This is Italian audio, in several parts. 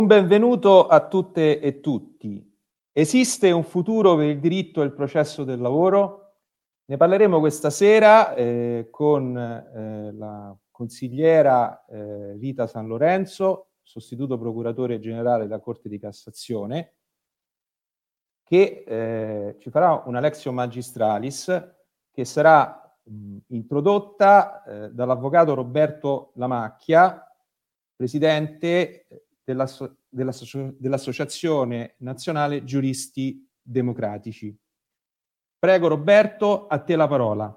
Benvenuto a tutte e tutti. Esiste un futuro per il diritto e il processo del lavoro? Ne parleremo questa sera con la consigliera Rita San Lorenzo, sostituto procuratore generale della Corte di Cassazione, che ci farà una lectio magistralis che sarà introdotta dall'avvocato Roberto Lamacchia, presidente dell'Associazione Nazionale Giuristi Democratici. Prego Roberto, a te la parola.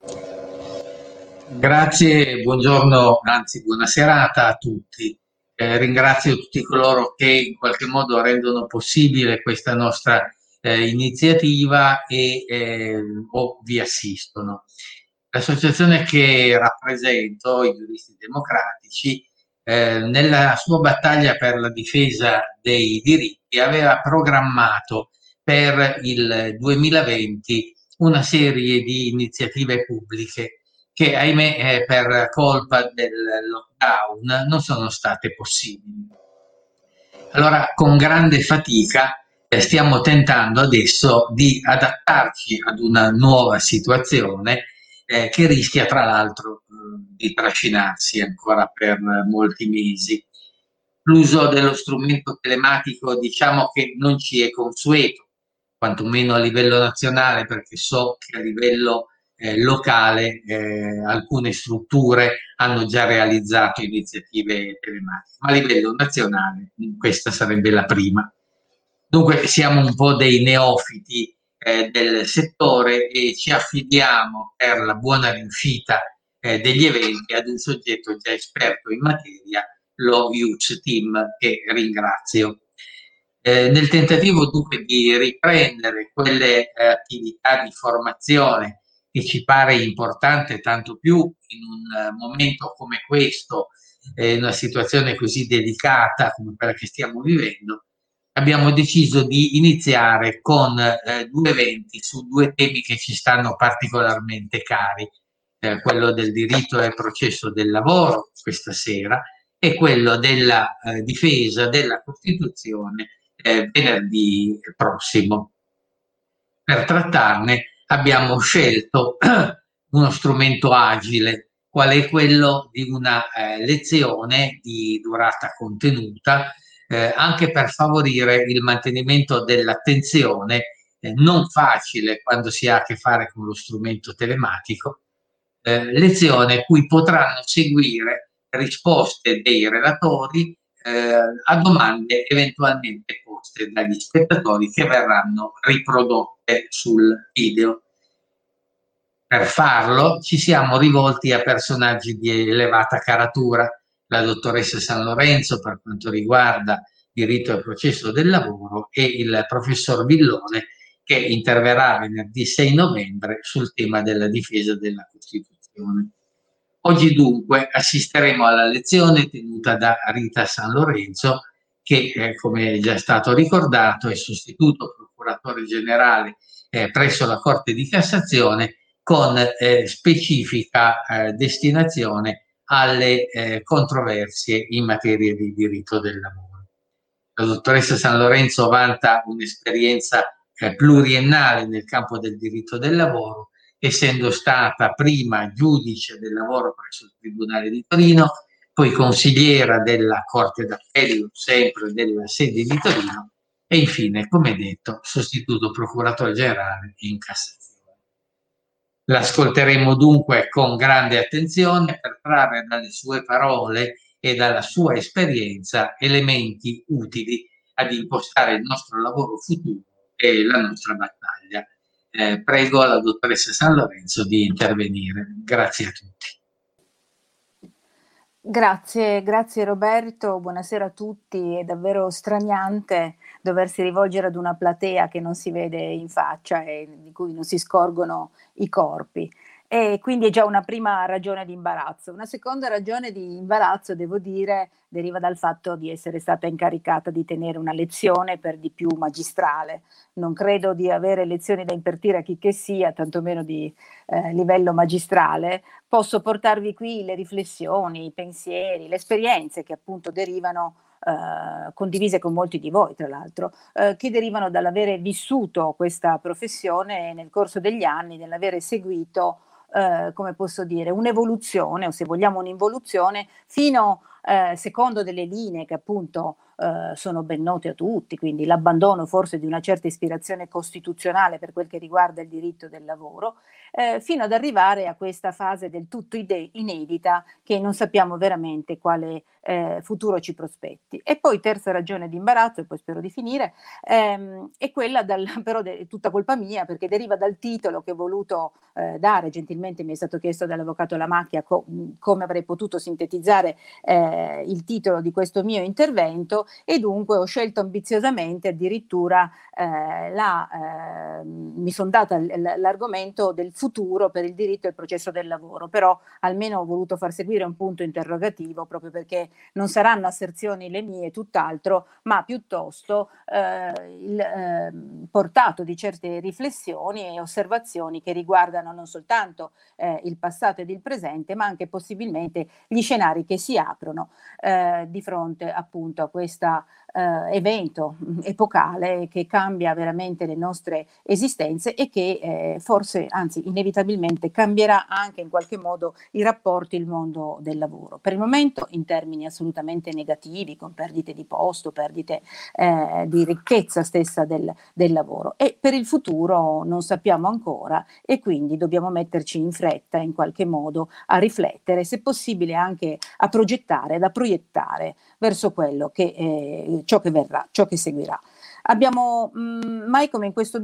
Grazie, buongiorno, anzi buona serata a tutti. Ringrazio tutti coloro che in qualche modo rendono possibile questa nostra iniziativa o vi assistono. L'associazione che rappresento, i Giuristi Democratici, nella sua battaglia per la difesa dei diritti aveva programmato per il 2020 una serie di iniziative pubbliche che ahimè per colpa del lockdown non sono state possibili. Allora con grande fatica stiamo tentando adesso di adattarci ad una nuova situazione che rischia tra l'altro di trascinarsi ancora per molti mesi. L'uso dello strumento telematico diciamo che non ci è consueto, quantomeno a livello nazionale, perché so che a livello locale alcune strutture hanno già realizzato iniziative telematiche, ma a livello nazionale questa sarebbe la prima. Dunque siamo un po' dei neofiti del settore e ci affidiamo per la buona riuscita degli eventi ad un soggetto già esperto in materia, lo IUCS Team, che ringrazio. Nel tentativo dunque di riprendere quelle attività di formazione che ci pare importante, tanto più in un momento come questo, in una situazione così delicata come quella che stiamo vivendo, abbiamo deciso di iniziare con due eventi su due temi che ci stanno particolarmente cari, quello del diritto e processo del lavoro questa sera e quello della difesa della Costituzione venerdì prossimo. Per trattarne abbiamo scelto uno strumento agile, qual è quello di una lezione di durata contenuta, anche per favorire il mantenimento dell'attenzione, non facile quando si ha a che fare con lo strumento telematico, lezione cui potranno seguire risposte dei relatori a domande eventualmente poste dagli spettatori che verranno riprodotte sul video. Per farlo ci siamo rivolti a personaggi di elevata caratura, la dottoressa San Lorenzo per quanto riguarda diritto e processo del lavoro e il professor Villone che interverrà venerdì 6 novembre sul tema della difesa della Costituzione. Oggi dunque assisteremo alla lezione tenuta da Rita San Lorenzo che, come è già stato ricordato, è sostituto procuratore generale presso la Corte di Cassazione con specifica destinazione alle controversie in materia di diritto del lavoro. La dottoressa San Lorenzo vanta un'esperienza pluriennale nel campo del diritto del lavoro, essendo stata prima giudice del lavoro presso il Tribunale di Torino, poi consigliera della Corte d'Appello, sempre della sede di Torino, e infine, come detto, sostituto procuratore generale in Cassazione. L'ascolteremo dunque con grande attenzione per trarre dalle sue parole e dalla sua esperienza elementi utili ad impostare il nostro lavoro futuro e la nostra battaglia. Prego la dottoressa San Lorenzo di intervenire. Grazie a tutti. Grazie Roberto, buonasera a tutti. È davvero straniante doversi rivolgere ad una platea che non si vede in faccia e di cui non si scorgono i corpi. E quindi è già una prima ragione di imbarazzo. Una seconda ragione di imbarazzo, devo dire, deriva dal fatto di essere stata incaricata di tenere una lezione per di più magistrale. Non credo di avere lezioni da impartire a chi che sia, tantomeno di livello magistrale. Posso portarvi qui le riflessioni, i pensieri, le esperienze che appunto derivano condivise con molti di voi tra l'altro, che derivano dall'avere vissuto questa professione nel corso degli anni, nell'avere seguito, come posso dire, un'evoluzione, o se vogliamo un'involuzione, fino secondo delle linee che appunto sono ben note a tutti, quindi l'abbandono forse di una certa ispirazione costituzionale per quel che riguarda il diritto del lavoro, fino ad arrivare a questa fase del tutto inedita che non sappiamo veramente quale futuro ci prospetti. E poi terza ragione di imbarazzo, e poi spero di finire, è quella però è tutta colpa mia, perché deriva dal titolo che ho voluto dare. Gentilmente mi è stato chiesto dall'avvocato Lamacchia come avrei potuto sintetizzare il titolo di questo mio intervento, e dunque ho scelto ambiziosamente addirittura mi sono data l'argomento del futuro per il diritto e il processo del lavoro, però almeno ho voluto far seguire un punto interrogativo, proprio perché non saranno asserzioni le mie, tutt'altro, ma piuttosto il portato di certe riflessioni e osservazioni che riguardano non soltanto il passato ed il presente, ma anche possibilmente gli scenari che si aprono di fronte appunto a questo evento epocale che cambia veramente le nostre esistenze e che forse, anzi inevitabilmente, cambierà anche in qualche modo i rapporti, il mondo del lavoro. Per il momento in termini assolutamente negativi, con perdite di posto, perdite di ricchezza stessa del lavoro, e per il futuro non sappiamo ancora, e quindi dobbiamo metterci in fretta in qualche modo a riflettere, se possibile anche a progettare, da proiettare verso quello che ciò che verrà, ciò che seguirà. Abbiamo mai come in questo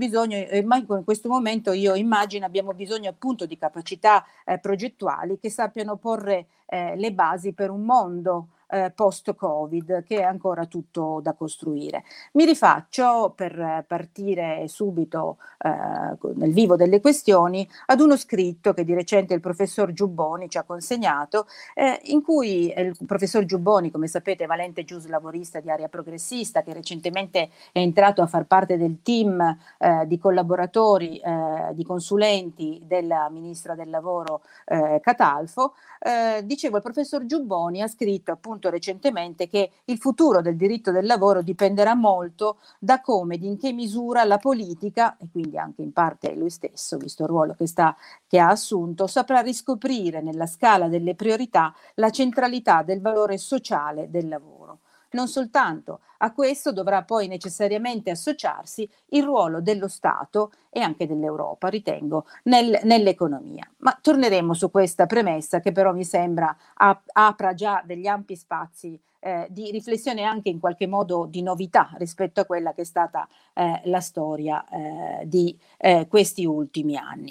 momento, io immagino, abbiamo bisogno appunto di capacità progettuali che sappiano porre le basi per un mondo post-Covid, che è ancora tutto da costruire. Mi rifaccio, per partire subito nel vivo delle questioni, ad uno scritto che di recente il professor Giubboni ci ha consegnato, in cui il professor Giubboni, come sapete, è valente giuslavorista di Area Progressista, che recentemente è entrato a far parte del team di collaboratori, di consulenti della ministra del lavoro Catalfo. Dicevo, il professor Giubboni ha scritto appunto recentemente che il futuro del diritto del lavoro dipenderà molto da come ed in che misura la politica, e quindi anche in parte lui stesso, visto il ruolo che ha assunto, saprà riscoprire nella scala delle priorità la centralità del valore sociale del lavoro. Non soltanto, a questo dovrà poi necessariamente associarsi il ruolo dello Stato e anche dell'Europa, ritengo, nell'economia. Ma torneremo su questa premessa, che però mi sembra apra già degli ampi spazi di riflessione, anche in qualche modo di novità rispetto a quella che è stata la storia di questi ultimi anni.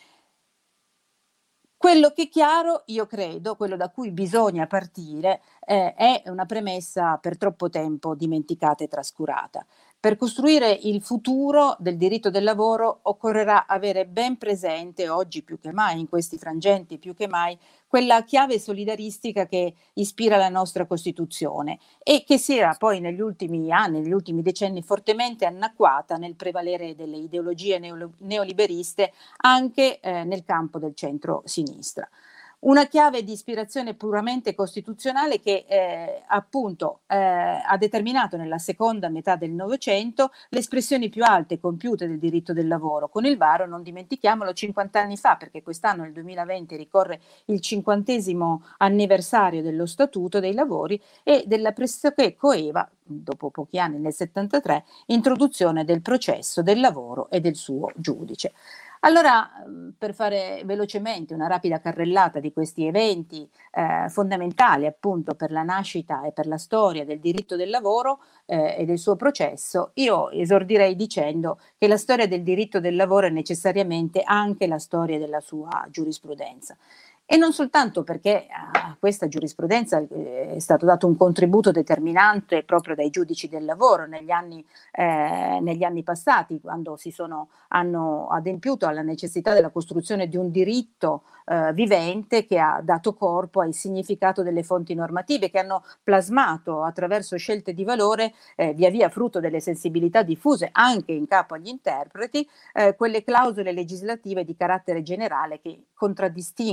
Quello che è chiaro, io credo, quello da cui bisogna partire, è una premessa per troppo tempo dimenticata e trascurata. Per costruire il futuro del diritto del lavoro occorrerà avere ben presente, oggi più che mai, in questi frangenti più che mai, quella chiave solidaristica che ispira la nostra Costituzione e che si era poi negli ultimi anni, negli ultimi decenni, fortemente annacquata nel prevalere delle ideologie neoliberiste anche nel campo del centro-sinistra. Una chiave di ispirazione puramente costituzionale che appunto ha determinato nella seconda metà del Novecento le espressioni più alte compiute del diritto del lavoro, con il varo, non dimentichiamolo, 50 anni fa, perché quest'anno, nel 2020, ricorre il 50° anniversario dello Statuto dei lavori e della pressoché coeva, dopo pochi anni, nel 73, introduzione del processo del lavoro e del suo giudice. Allora, per fare velocemente una rapida carrellata di questi eventi fondamentali appunto per la nascita e per la storia del diritto del lavoro e del suo processo, io esordirei dicendo che la storia del diritto del lavoro è necessariamente anche la storia della sua giurisprudenza. E non soltanto perché a questa giurisprudenza è stato dato un contributo determinante proprio dai giudici del lavoro negli anni passati, quando hanno adempiuto alla necessità della costruzione di un diritto vivente che ha dato corpo al significato delle fonti normative, che hanno plasmato attraverso scelte di valore, via via frutto delle sensibilità diffuse anche in capo agli interpreti, quelle clausole legislative di carattere generale che contraddistinguono la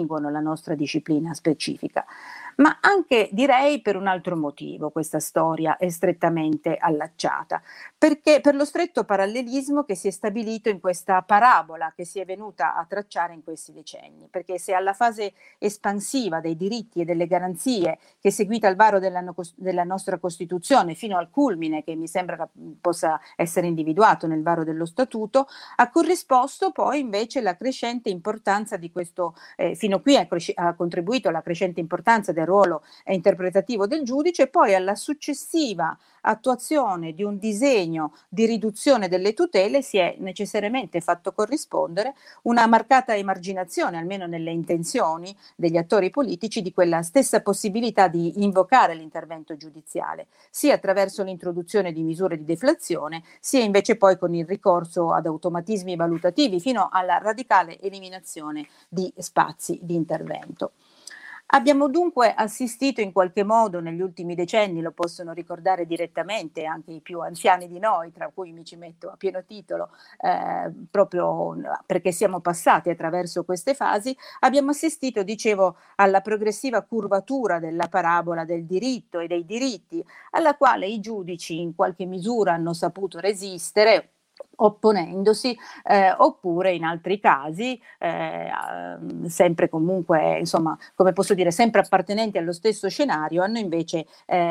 nostra disciplina specifica. Ma anche direi per un altro motivo questa storia è strettamente allacciata, perché per lo stretto parallelismo che si è stabilito in questa parabola che si è venuta a tracciare in questi decenni, perché se alla fase espansiva dei diritti e delle garanzie che è seguita al varo della nostra Costituzione fino al culmine che mi sembra possa essere individuato nel varo dello Statuto, ha corrisposto poi invece la crescente importanza di questo, fino qui ha contribuito alla crescente importanza del ruolo interpretativo del giudice e poi alla successiva attuazione di un disegno di riduzione delle tutele si è necessariamente fatto corrispondere una marcata emarginazione, almeno nelle intenzioni degli attori politici, di quella stessa possibilità di invocare l'intervento giudiziale, sia attraverso l'introduzione di misure di deflazione, sia invece poi con il ricorso ad automatismi valutativi fino alla radicale eliminazione di spazi di intervento. Abbiamo dunque assistito in qualche modo negli ultimi decenni, lo possono ricordare direttamente anche i più anziani di noi, tra cui mi ci metto a pieno titolo, proprio perché siamo passati attraverso queste fasi, abbiamo assistito, dicevo, alla progressiva curvatura della parabola del diritto e dei diritti, alla quale i giudici in qualche misura hanno saputo resistere, opponendosi, oppure in altri casi sempre comunque, insomma, come posso dire, sempre appartenenti allo stesso scenario, hanno invece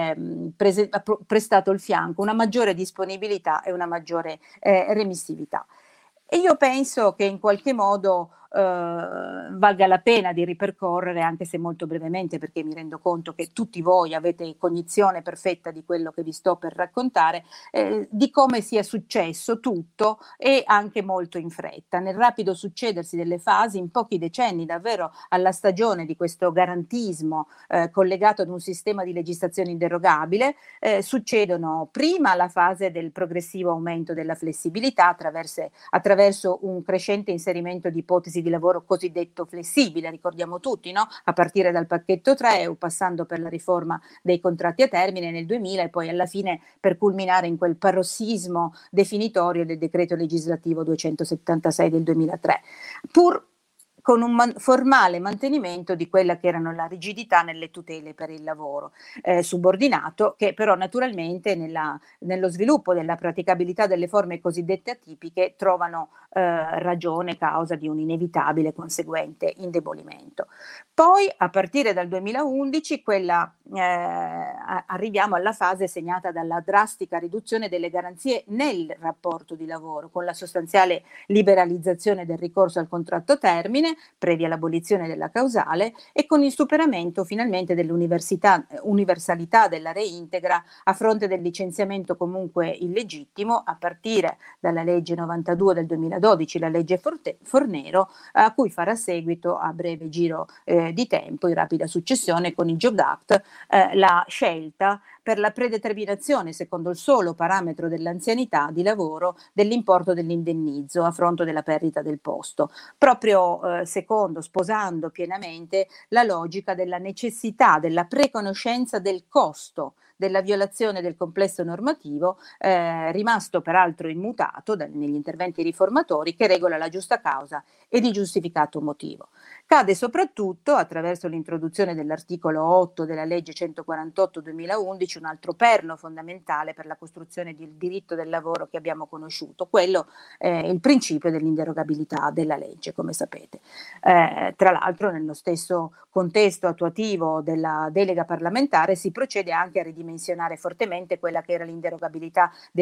prestato il fianco, una maggiore disponibilità e una maggiore remissività. E io penso che in qualche modo valga la pena di ripercorrere, anche se molto brevemente, perché mi rendo conto che tutti voi avete cognizione perfetta di quello che vi sto per raccontare, di come sia successo tutto e anche molto in fretta, nel rapido succedersi delle fasi in pochi decenni, davvero alla stagione di questo garantismo collegato ad un sistema di legislazione inderogabile, succedono prima la fase del progressivo aumento della flessibilità attraverso un crescente inserimento di ipotesi di lavoro cosiddetto flessibile, ricordiamo tutti, no? A partire dal pacchetto 3, passando per la riforma dei contratti a termine nel 2000 e poi alla fine per culminare in quel parossismo definitorio del decreto legislativo 276 del 2003, pur con un formale mantenimento di quella che erano la rigidità nelle tutele per il lavoro subordinato, che però naturalmente nello sviluppo della praticabilità delle forme cosiddette atipiche trovano ragione causa di un inevitabile conseguente indebolimento. Poi a partire dal 2011 arriviamo alla fase segnata dalla drastica riduzione delle garanzie nel rapporto di lavoro, con la sostanziale liberalizzazione del ricorso al contratto a termine, previa l'abolizione della causale, e con il superamento finalmente dell'universalità della reintegra a fronte del licenziamento comunque illegittimo, a partire dalla legge 92 del 2012, la legge Fornero, a cui farà seguito a breve giro di tempo, in rapida successione con il Jobs Act, la scelta per la predeterminazione, secondo il solo parametro dell'anzianità di lavoro, dell'importo dell'indennizzo a fronte della perdita del posto, proprio sposando pienamente la logica della necessità della preconoscenza del costo della violazione del complesso normativo, rimasto peraltro immutato negli interventi riformatori, che regola la giusta causa ed il giustificato motivo. Cade soprattutto attraverso l'introduzione dell'articolo 8 della legge 148/2011, un altro perno fondamentale per la costruzione del diritto del lavoro che abbiamo conosciuto, quello il principio dell'inderogabilità della legge, come sapete. Tra l'altro nello stesso contesto attuativo della delega parlamentare si procede anche a ridimensionare fortemente quella che era l'inderogabilità del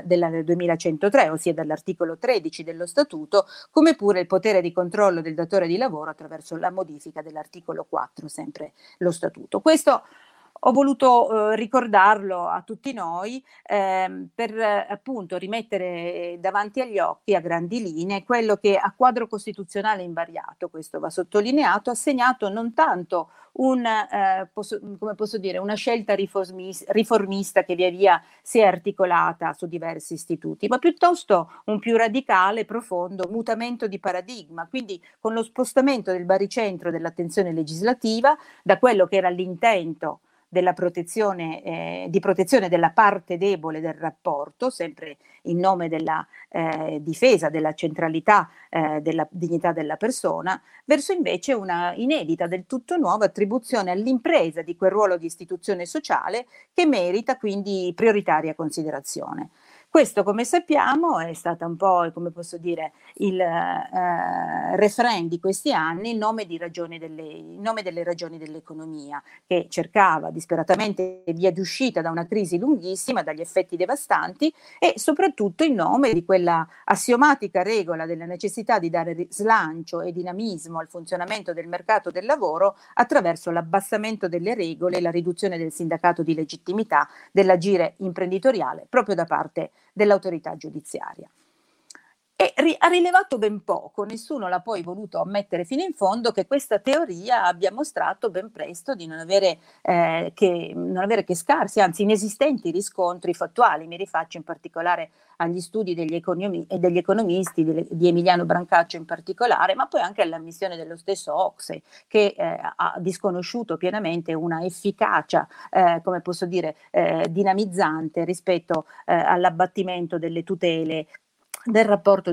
2103, ossia dall'articolo 13 dello Statuto, come pure il potere di controllo del datore di lavoro attraverso la modifica dell'articolo 4, sempre lo Statuto. Questo ho voluto ricordarlo a tutti noi per appunto rimettere davanti agli occhi a grandi linee quello che a quadro costituzionale invariato, questo va sottolineato, ha segnato non tanto come posso dire, una scelta riformista che via via si è articolata su diversi istituti, ma piuttosto un più radicale, profondo mutamento di paradigma, quindi con lo spostamento del baricentro dell'attenzione legislativa da quello che era l'intento della protezione, di protezione della parte debole del rapporto, sempre in nome della difesa della centralità della dignità della persona, verso invece una inedita, del tutto nuova attribuzione all'impresa di quel ruolo di istituzione sociale che merita quindi prioritaria considerazione. Questo, come sappiamo, è stata un po', come posso dire, il refrain di questi anni in nome delle ragioni dell'economia, che cercava disperatamente via d'uscita da una crisi lunghissima, dagli effetti devastanti, e soprattutto in nome di quella assiomatica regola della necessità di dare slancio e dinamismo al funzionamento del mercato del lavoro attraverso l'abbassamento delle regole e la riduzione del sindacato di legittimità dell'agire imprenditoriale proprio da parte dell'autorità giudiziaria. E ha rilevato ben poco, nessuno l'ha poi voluto ammettere fino in fondo, che questa teoria abbia mostrato ben presto di non avere che scarsi, anzi inesistenti riscontri fattuali. Mi rifaccio in particolare agli studi degli economisti, di Emiliano Brancaccio in particolare, ma poi anche all'ammissione dello stesso Ocse, che ha disconosciuto pienamente una efficacia, come posso dire, dinamizzante rispetto all'abbattimento delle tutele nel rapporto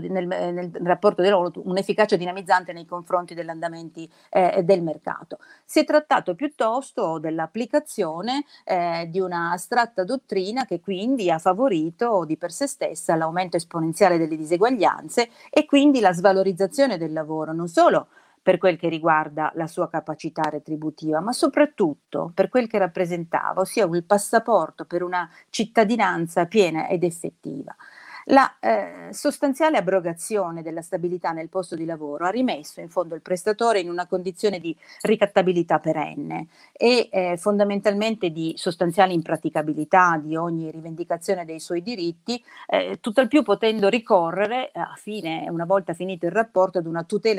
del lavoro, un'efficacia dinamizzante nei confronti degli andamenti del mercato. Si è trattato piuttosto dell'applicazione di una astratta dottrina che quindi ha favorito di per sé stessa l'aumento esponenziale delle diseguaglianze e quindi la svalorizzazione del lavoro, non solo per quel che riguarda la sua capacità retributiva, ma soprattutto per quel che rappresentava, ossia il passaporto per una cittadinanza piena ed effettiva. La sostanziale abrogazione della stabilità nel posto di lavoro ha rimesso in fondo il prestatore in una condizione di ricattabilità perenne e fondamentalmente di sostanziale impraticabilità di ogni rivendicazione dei suoi diritti, tutt'al più potendo ricorrere una volta finito il rapporto, ad una tutela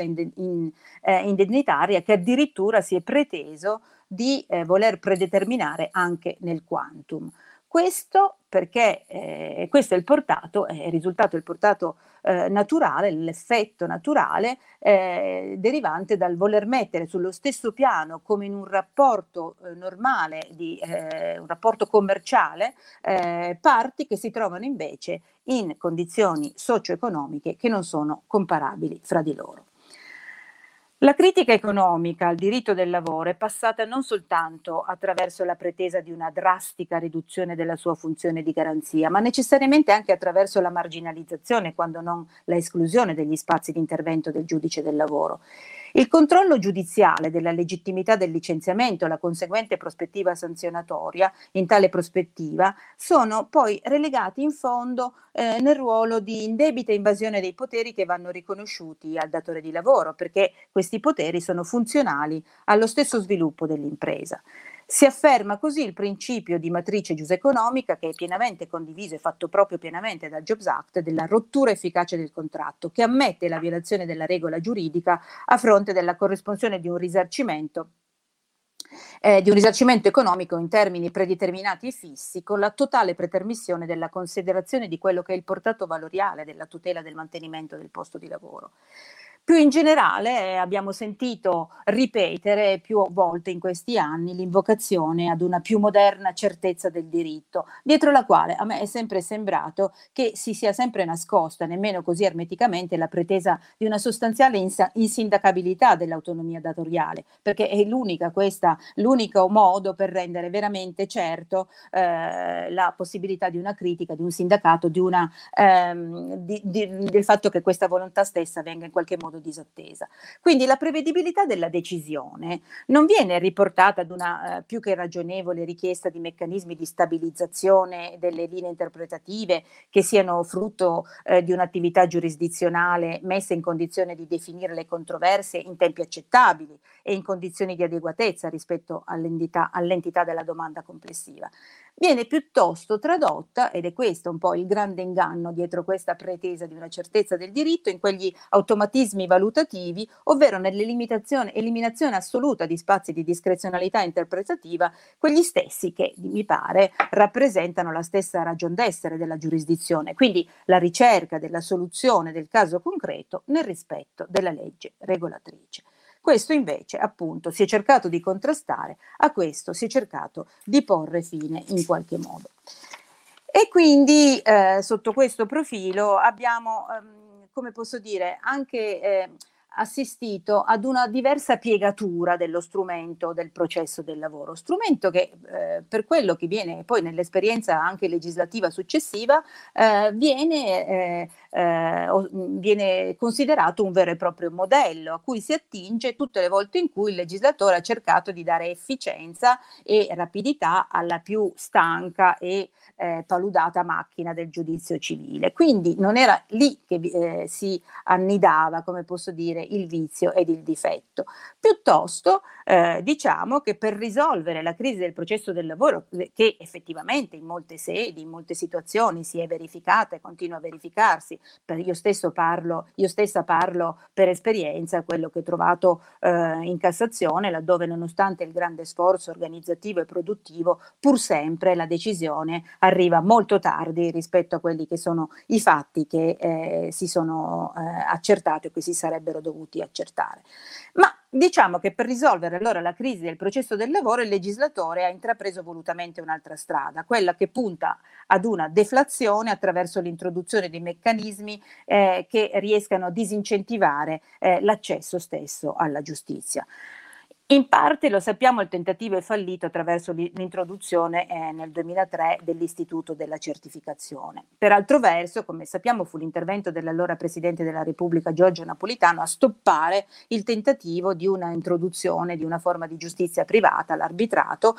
indennitaria che addirittura si è preteso di voler predeterminare anche nel quantum. Questo perché questo è risultato il portato naturale, l'effetto naturale derivante dal voler mettere sullo stesso piano, come in un rapporto normale, un rapporto commerciale, parti che si trovano invece in condizioni socio-economiche che non sono comparabili fra di loro. La critica economica al diritto del lavoro è passata non soltanto attraverso la pretesa di una drastica riduzione della sua funzione di garanzia, ma necessariamente anche attraverso la marginalizzazione, quando non la esclusione degli spazi di intervento del giudice del lavoro. Il controllo giudiziale della legittimità del licenziamento e la conseguente prospettiva sanzionatoria in tale prospettiva sono poi relegati in fondo nel ruolo di indebita invasione dei poteri che vanno riconosciuti al datore di lavoro, perché questi poteri sono funzionali allo stesso sviluppo dell'impresa. Si afferma così il principio di matrice giuseconomica, che è pienamente condiviso e fatto proprio pienamente dal Jobs Act, della rottura efficace del contratto, che ammette la violazione della regola giuridica a fronte della corresponsione di un risarcimento economico in termini predeterminati e fissi, con la totale pretermissione della considerazione di quello che è il portato valoriale della tutela del mantenimento del posto di lavoro. Più in generale abbiamo sentito ripetere più volte in questi anni l'invocazione ad una più moderna certezza del diritto, dietro la quale a me è sempre sembrato che si sia sempre nascosta, nemmeno così ermeticamente, la pretesa di una sostanziale insindacabilità dell'autonomia datoriale, perché è l'unico modo per rendere veramente certo la possibilità di una critica, di un sindacato, del fatto che questa volontà stessa venga in qualche modo disattesa. Quindi la prevedibilità della decisione non viene riportata ad una più che ragionevole richiesta di meccanismi di stabilizzazione delle linee interpretative che siano frutto di un'attività giurisdizionale messa in condizione di definire le controversie in tempi accettabili e in condizioni di adeguatezza rispetto all'entità della domanda complessiva. Viene piuttosto tradotta, ed è questo un po' il grande inganno dietro questa pretesa di una certezza del diritto, in quegli automatismi valutativi, ovvero nell'eliminazione assoluta di spazi di discrezionalità interpretativa, quegli stessi che, mi pare, rappresentano la stessa ragion d'essere della giurisdizione, quindi la ricerca della soluzione del caso concreto nel rispetto della legge regolatrice. Questo invece appunto si è cercato di contrastare, a questo si è cercato di porre fine in qualche modo. E quindi sotto questo profilo abbiamo, come posso dire, anche assistito ad una diversa piegatura dello strumento del processo del lavoro, strumento che per quello che viene poi nell'esperienza anche legislativa successiva viene considerato un vero e proprio modello a cui si attinge tutte le volte in cui il legislatore ha cercato di dare efficienza e rapidità alla più stanca e paludata macchina del giudizio civile. Quindi non era lì che si annidava, come posso dire, il vizio ed il difetto. Piuttosto diciamo che per risolvere la crisi del processo del lavoro, che effettivamente in molte sedi, in molte situazioni si è verificata e continua a verificarsi, io stessa parlo per esperienza, quello che ho trovato in Cassazione, laddove nonostante il grande sforzo organizzativo e produttivo, pur sempre la decisione arriva molto tardi rispetto a quelli che sono i fatti che si sono accertati o che si sarebbero dovuti accertare. Ma diciamo che per risolvere allora la crisi del processo del lavoro il legislatore ha intrapreso volutamente un'altra strada, quella che punta ad una deflazione attraverso l'introduzione di meccanismi che riescano a disincentivare l'accesso stesso alla giustizia. In parte, lo sappiamo, il tentativo è fallito attraverso l'introduzione nel 2003 dell'istituto della certificazione. Per altro verso, come sappiamo, fu l'intervento dell'allora Presidente della Repubblica Giorgio Napolitano a stoppare il tentativo di una introduzione di una forma di giustizia privata, l'arbitrato.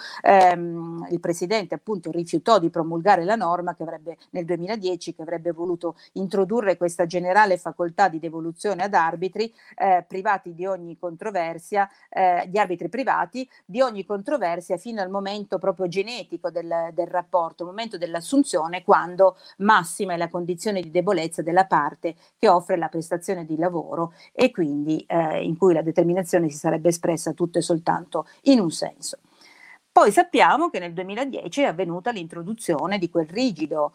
Il Presidente appunto rifiutò di promulgare la norma nel 2010 che avrebbe voluto introdurre questa generale facoltà di devoluzione ad arbitri privati di ogni controversia, gli arbitri privati di ogni controversia fino al momento proprio genetico del rapporto, il momento dell'assunzione, quando massima è la condizione di debolezza della parte che offre la prestazione di lavoro e quindi in cui la determinazione si sarebbe espressa tutto e soltanto in un senso. Poi sappiamo che nel 2010 è avvenuta l'introduzione di quel rigido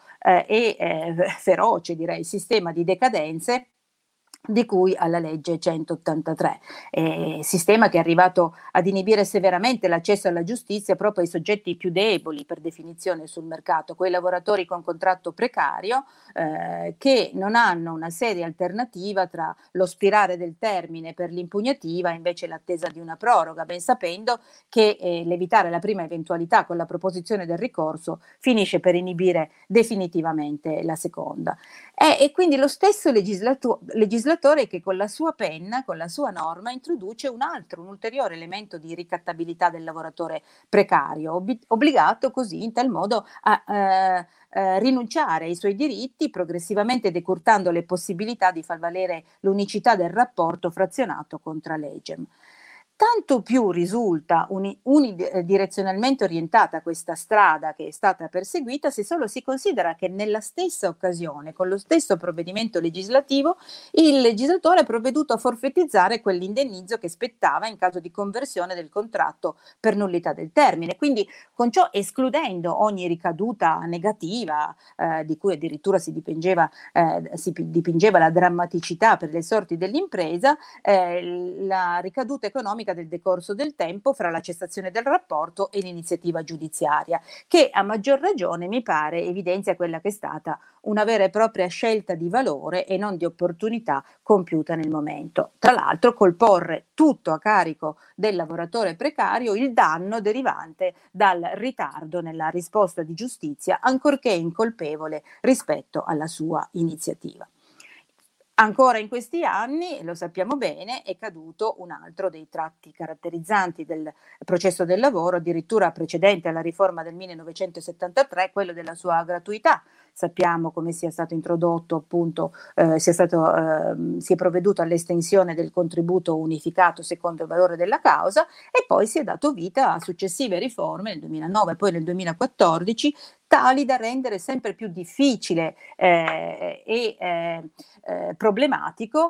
e feroce, direi, sistema di decadenze di cui alla legge 183, sistema che è arrivato ad inibire severamente l'accesso alla giustizia proprio ai soggetti più deboli per definizione sul mercato, quei lavoratori con contratto precario che non hanno una seria alternativa tra lo spirare del termine per l'impugnativa e invece l'attesa di una proroga, ben sapendo che l'evitare la prima eventualità con la proposizione del ricorso finisce per definitivamente la seconda. E quindi lo stesso legislatore che con la sua penna, con la sua norma, introduce un ulteriore elemento di ricattabilità del lavoratore precario, obbligato così in tal modo a rinunciare ai suoi diritti, progressivamente decurtando le possibilità di far valere l'unicità del rapporto frazionato contra legem. Tanto più risulta unidirezionalmente orientata questa strada che è stata perseguita se solo si considera che nella stessa occasione, con lo stesso provvedimento legislativo, il legislatore ha provveduto a forfetizzare quell'indennizzo che spettava in caso di conversione del contratto per nullità del termine, quindi con ciò escludendo ogni ricaduta negativa di cui addirittura si dipingeva la drammaticità per le sorti dell'impresa, la ricaduta economica del decorso del tempo fra la cessazione del rapporto e l'iniziativa giudiziaria, che a maggior ragione mi pare evidenzia quella che è stata una vera e propria scelta di valore e non di opportunità compiuta nel momento. Tra l'altro col porre tutto a carico del lavoratore precario il danno derivante dal ritardo nella risposta di giustizia, ancorché incolpevole rispetto alla sua iniziativa. Ancora in questi anni, lo sappiamo bene, è caduto un altro dei tratti caratterizzanti del processo del lavoro, addirittura precedente alla riforma del 1973, quello della sua gratuità. Sappiamo come sia stato introdotto, appunto, si è provveduto all'estensione del contributo unificato secondo il valore della causa e poi si è dato vita a successive riforme nel 2009 e poi nel 2014, tali da rendere sempre più difficile e problematica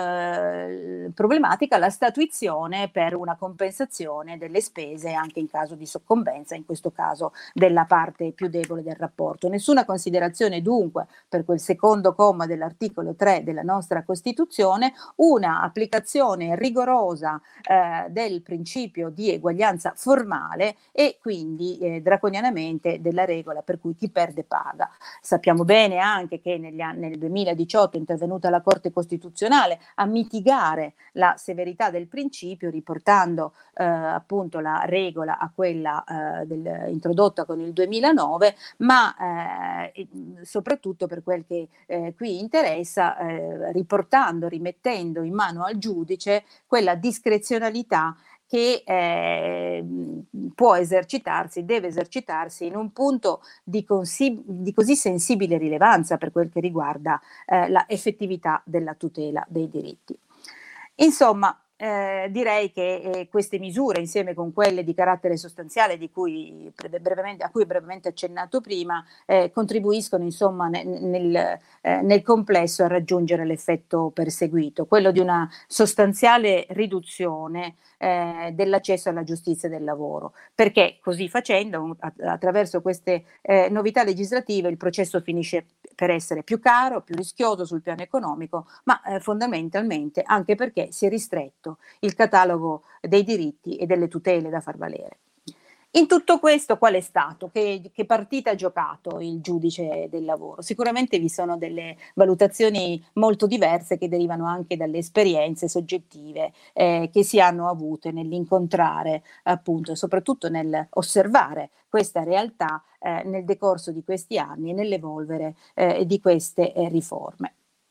la statuizione per una compensazione delle spese anche in caso di soccombenza, in questo caso della parte più debole del rapporto. Nessuna considerazione considerazione dunque, per quel secondo comma dell'articolo 3 della nostra Costituzione, una applicazione rigorosa del principio di eguaglianza formale e quindi draconianamente della regola per cui chi perde paga. Sappiamo bene anche che nel 2018 è intervenuta la Corte Costituzionale a mitigare la severità del principio, riportando appunto la regola a quella introdotta con il 2009, ma soprattutto per quel che qui interessa, rimettendo in mano al giudice quella discrezionalità che può esercitarsi, deve esercitarsi in un punto di così sensibile rilevanza per quel che riguarda la effettività della tutela dei diritti. Insomma, direi che queste misure, insieme con quelle di carattere sostanziale a cui brevemente accennato prima, contribuiscono insomma nel complesso a raggiungere l'effetto perseguito, quello di una sostanziale riduzione dell'accesso alla giustizia del lavoro, perché così facendo, attraverso queste novità legislative, il processo finisce per essere più caro, più rischioso sul piano economico, ma fondamentalmente anche perché si è ristretto il catalogo dei diritti e delle tutele da far valere. In tutto questo qual è stato? Che partita ha giocato il giudice del lavoro? Sicuramente vi sono delle valutazioni molto diverse che derivano anche dalle esperienze soggettive che si hanno avute nell'incontrare, appunto, e soprattutto nell'osservare questa realtà nel decorso di questi anni e nell'evolvere di queste riforme.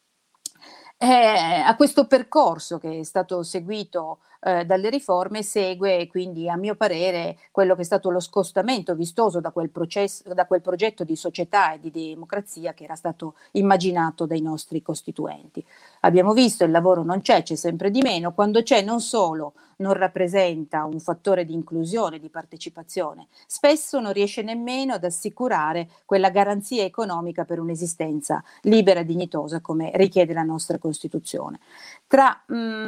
A questo percorso che è stato seguito dalle riforme segue quindi, a mio parere, quello che è stato lo scostamento vistoso da quel progetto di società e di democrazia che era stato immaginato dai nostri costituenti. Abbiamo visto il lavoro non c'è sempre di meno, quando c'è non solo non rappresenta un fattore di inclusione, di partecipazione, spesso non riesce nemmeno ad assicurare quella garanzia economica per un'esistenza libera e dignitosa come richiede la nostra Costituzione. Tra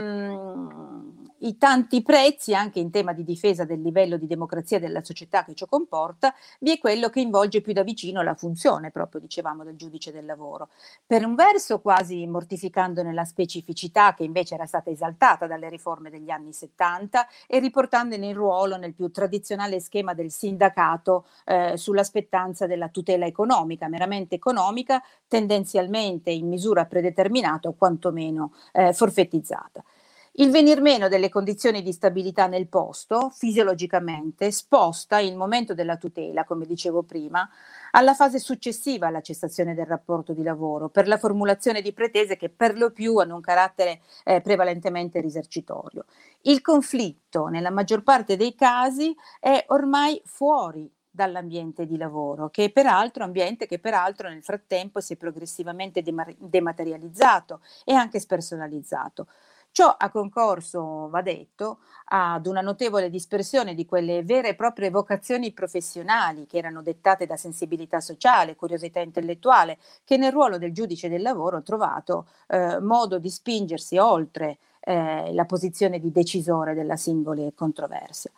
i tanti prezzi, anche in tema di difesa del livello di democrazia della società che ciò comporta, vi è quello che involge più da vicino la funzione, proprio dicevamo, del giudice del lavoro. Per un verso quasi mortificandone la specificità che invece era stata esaltata dalle riforme degli anni 70 e riportandone il ruolo nel più tradizionale schema del sindacato sulla spettanza della tutela economica, meramente economica, tendenzialmente in misura predeterminata o quantomeno forfettizzata. Il venir meno delle condizioni di stabilità nel posto, fisiologicamente, sposta il momento della tutela, come dicevo prima, alla fase successiva alla cessazione del rapporto di lavoro, per la formulazione di pretese che per lo più hanno un carattere prevalentemente risarcitorio. Il conflitto, nella maggior parte dei casi, è ormai fuori dall'ambiente di lavoro, che peraltro nel frattempo si è progressivamente dematerializzato e anche spersonalizzato. Ciò ha concorso, va detto, ad una notevole dispersione di quelle vere e proprie vocazioni professionali che erano dettate da sensibilità sociale, curiosità intellettuale, che nel ruolo del giudice del lavoro ha trovato modo di spingersi oltre la posizione di decisore della singola controversia.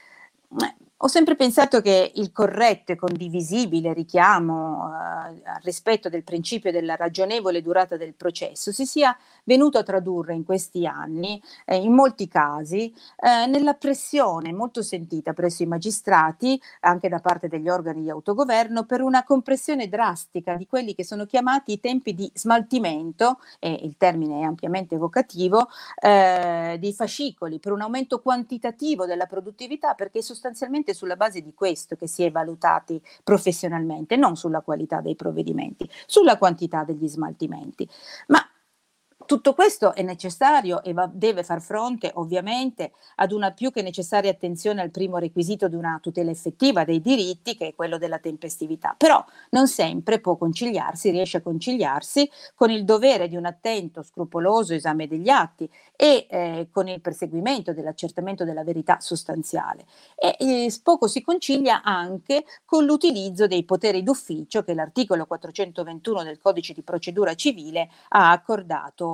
Ho sempre pensato che il corretto e condivisibile richiamo al rispetto del principio della ragionevole durata del processo si sia venuto a tradurre in questi anni, in molti casi, nella pressione molto sentita presso i magistrati, anche da parte degli organi di autogoverno, per una compressione drastica di quelli che sono chiamati i tempi di smaltimento, e il termine è ampiamente evocativo, di fascicoli, per un aumento quantitativo della produttività, perché sostanzialmente sulla base di questo che si è valutati professionalmente, non sulla qualità dei provvedimenti, sulla quantità degli smaltimenti. Ma tutto questo è necessario e deve far fronte ovviamente ad una più che necessaria attenzione al primo requisito di una tutela effettiva dei diritti, che è quello della tempestività, però non sempre riesce a conciliarsi con il dovere di un attento, scrupoloso esame degli atti e con il perseguimento dell'accertamento della verità sostanziale. E poco si concilia anche con l'utilizzo dei poteri d'ufficio che l'articolo 421 del Codice di procedura civile ha accordato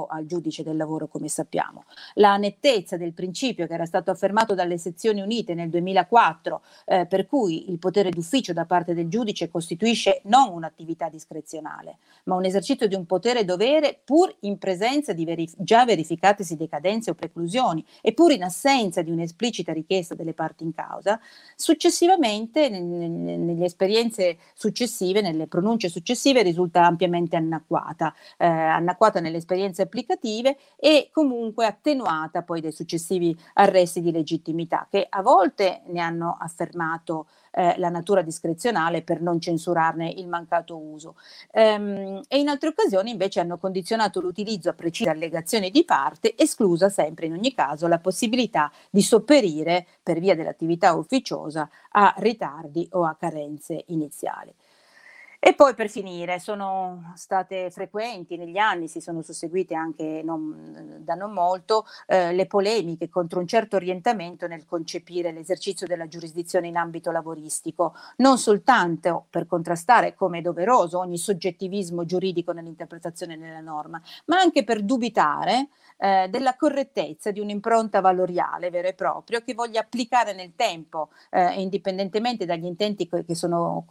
capo al giudice del lavoro, come sappiamo. La nettezza del principio che era stato affermato dalle sezioni unite nel 2004, per cui il potere d'ufficio da parte del giudice costituisce non un'attività discrezionale, ma un esercizio di un potere-dovere pur in presenza di già verificatesi decadenze o preclusioni e pur in assenza di un'esplicita richiesta delle parti in causa, successivamente, nelle esperienze successive, nelle pronunce successive, risulta ampiamente annacquata nelle esperienze applicative e comunque attenuata poi dai successivi arresti di legittimità, che a volte ne hanno affermato la natura discrezionale per non censurarne il mancato uso, e in altre occasioni invece hanno condizionato l'utilizzo a precise allegazioni di parte, esclusa sempre in ogni caso la possibilità di sopperire per via dell'attività ufficiosa a ritardi o a carenze iniziali. E poi per finire, sono state frequenti negli anni, si sono susseguite anche da non molto, le polemiche contro un certo orientamento nel concepire l'esercizio della giurisdizione in ambito lavoristico, non soltanto per contrastare, come è doveroso, ogni soggettivismo giuridico nell'interpretazione della norma, ma anche per dubitare della correttezza di un'impronta valoriale vero e proprio che voglia applicare nel tempo, indipendentemente dagli intenti che sono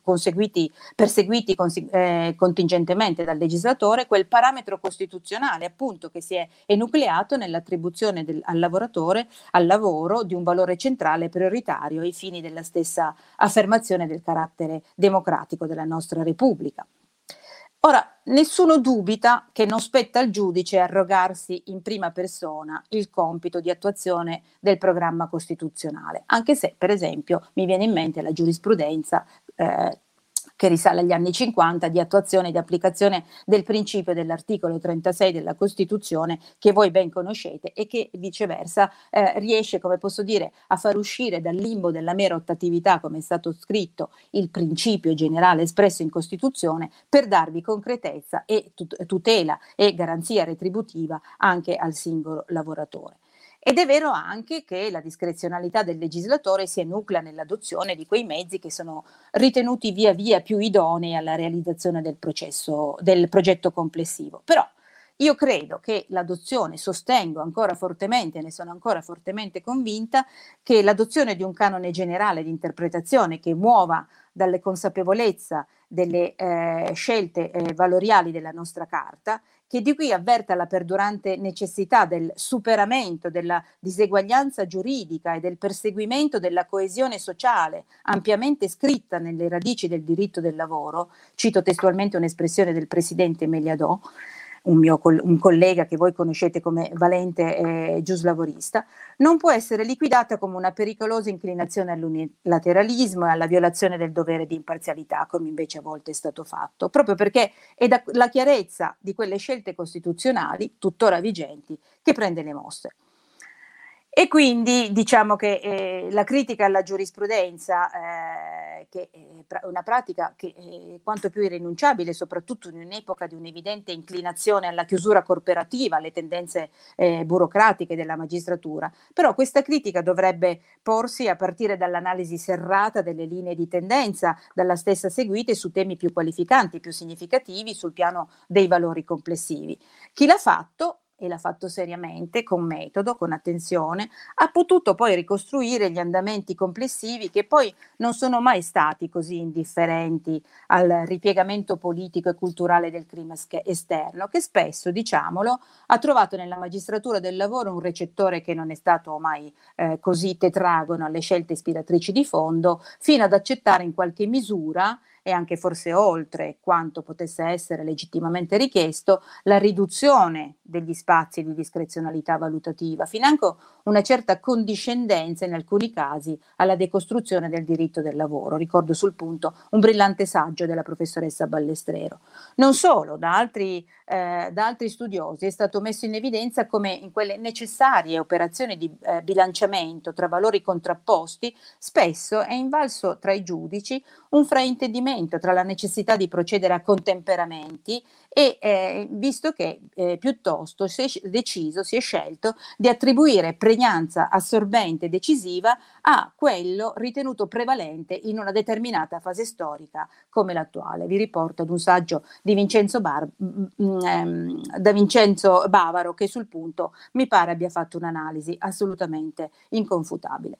perseguiti contingentemente dal legislatore, quel parametro costituzionale appunto che si è enucleato nell'attribuzione al lavoratore, al lavoro, di un valore centrale e prioritario ai fini della stessa affermazione del carattere democratico della nostra Repubblica. Ora, nessuno dubita che non spetta al giudice arrogarsi in prima persona il compito di attuazione del programma costituzionale, anche se, per esempio, mi viene in mente la giurisprudenza che risale agli anni 50 di attuazione e di applicazione del principio dell'articolo 36 della Costituzione, che voi ben conoscete e che viceversa riesce, come posso dire, a far uscire dal limbo della mera ottatività, come è stato scritto, il principio generale espresso in Costituzione, per darvi concretezza e tutela e garanzia retributiva anche al singolo lavoratore. Ed è vero anche che la discrezionalità del legislatore si enuclea nell'adozione di quei mezzi che sono ritenuti via via più idonei alla realizzazione del progetto complessivo. Però io credo che l'adozione, sostengo ancora fortemente, ne sono ancora fortemente convinta, che l'adozione di un canone generale di interpretazione che muova dalle consapevolezza delle scelte valoriali della nostra Carta, che di qui avverta la perdurante necessità del superamento della diseguaglianza giuridica e del perseguimento della coesione sociale, ampiamente scritta nelle radici del diritto del lavoro, cito testualmente un'espressione del presidente Meliadò, un collega che voi conoscete come valente giuslavorista, non può essere liquidata come una pericolosa inclinazione all'unilateralismo e alla violazione del dovere di imparzialità, come invece a volte è stato fatto, proprio perché è la chiarezza di quelle scelte costituzionali tuttora vigenti che prende le mosse. E quindi diciamo che la critica alla giurisprudenza, che è una pratica che è quanto più irrinunciabile, soprattutto in un'epoca di un'evidente inclinazione alla chiusura corporativa, alle tendenze burocratiche della magistratura, però questa critica dovrebbe porsi a partire dall'analisi serrata delle linee di tendenza, dalla stessa seguite su temi più qualificanti, più significativi sul piano dei valori complessivi. Chi l'ha fatto, e l'ha fatto seriamente, con metodo, con attenzione, ha potuto poi ricostruire gli andamenti complessivi che poi non sono mai stati così indifferenti al ripiegamento politico e culturale del clima esterno, che spesso, diciamolo, ha trovato nella magistratura del lavoro un recettore che non è stato mai così tetragono alle scelte ispiratrici di fondo, fino ad accettare in qualche misura e anche forse oltre quanto potesse essere legittimamente richiesto, la riduzione degli spazi di discrezionalità valutativa, financo una certa condiscendenza in alcuni casi alla decostruzione del diritto del lavoro. Ricordo sul punto un brillante saggio della professoressa Ballestrero. Non solo, da altri studiosi è stato messo in evidenza come in quelle necessarie operazioni di bilanciamento tra valori contrapposti spesso è invalso tra i giudici un fraintendimento bilanciamento tra la necessità di procedere a contemperamenti e visto che piuttosto si è scelto di attribuire pregnanza assorbente decisiva a quello ritenuto prevalente in una determinata fase storica come l'attuale. Vi riporto ad un saggio di da Vincenzo Bavaro, che sul punto mi pare abbia fatto un'analisi assolutamente inconfutabile.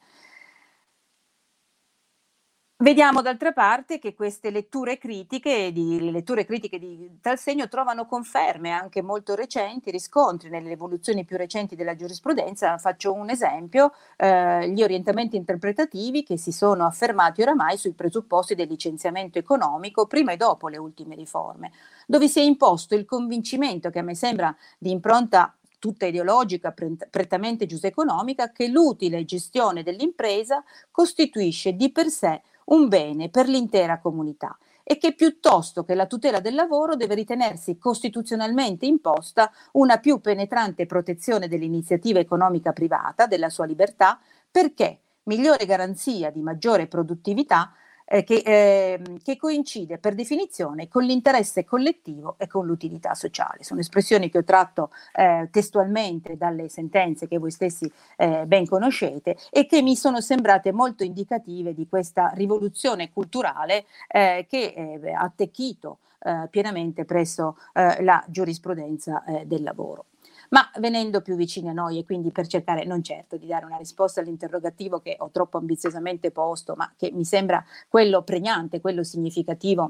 Vediamo d'altra parte che queste letture critiche di tal segno trovano conferme anche molto recenti, riscontri nelle evoluzioni più recenti della giurisprudenza. Faccio un esempio, gli orientamenti interpretativi che si sono affermati oramai sui presupposti del licenziamento economico prima e dopo le ultime riforme, dove si è imposto il convincimento, che a me sembra di impronta tutta ideologica, prettamente giuseconomica, che l'utile gestione dell'impresa costituisce di per sé un bene per l'intera comunità e che piuttosto che la tutela del lavoro deve ritenersi costituzionalmente imposta una più penetrante protezione dell'iniziativa economica privata, della sua libertà, perché migliore garanzia di maggiore produttività che coincide per definizione con l'interesse collettivo e con l'utilità sociale. Sono espressioni che ho tratto testualmente dalle sentenze che voi stessi ben conoscete e che mi sono sembrate molto indicative di questa rivoluzione culturale che ha attecchito pienamente presso la giurisprudenza del lavoro. Ma venendo più vicini a noi e quindi per cercare non certo di dare una risposta all'interrogativo che ho troppo ambiziosamente posto, ma che mi sembra quello pregnante, quello significativo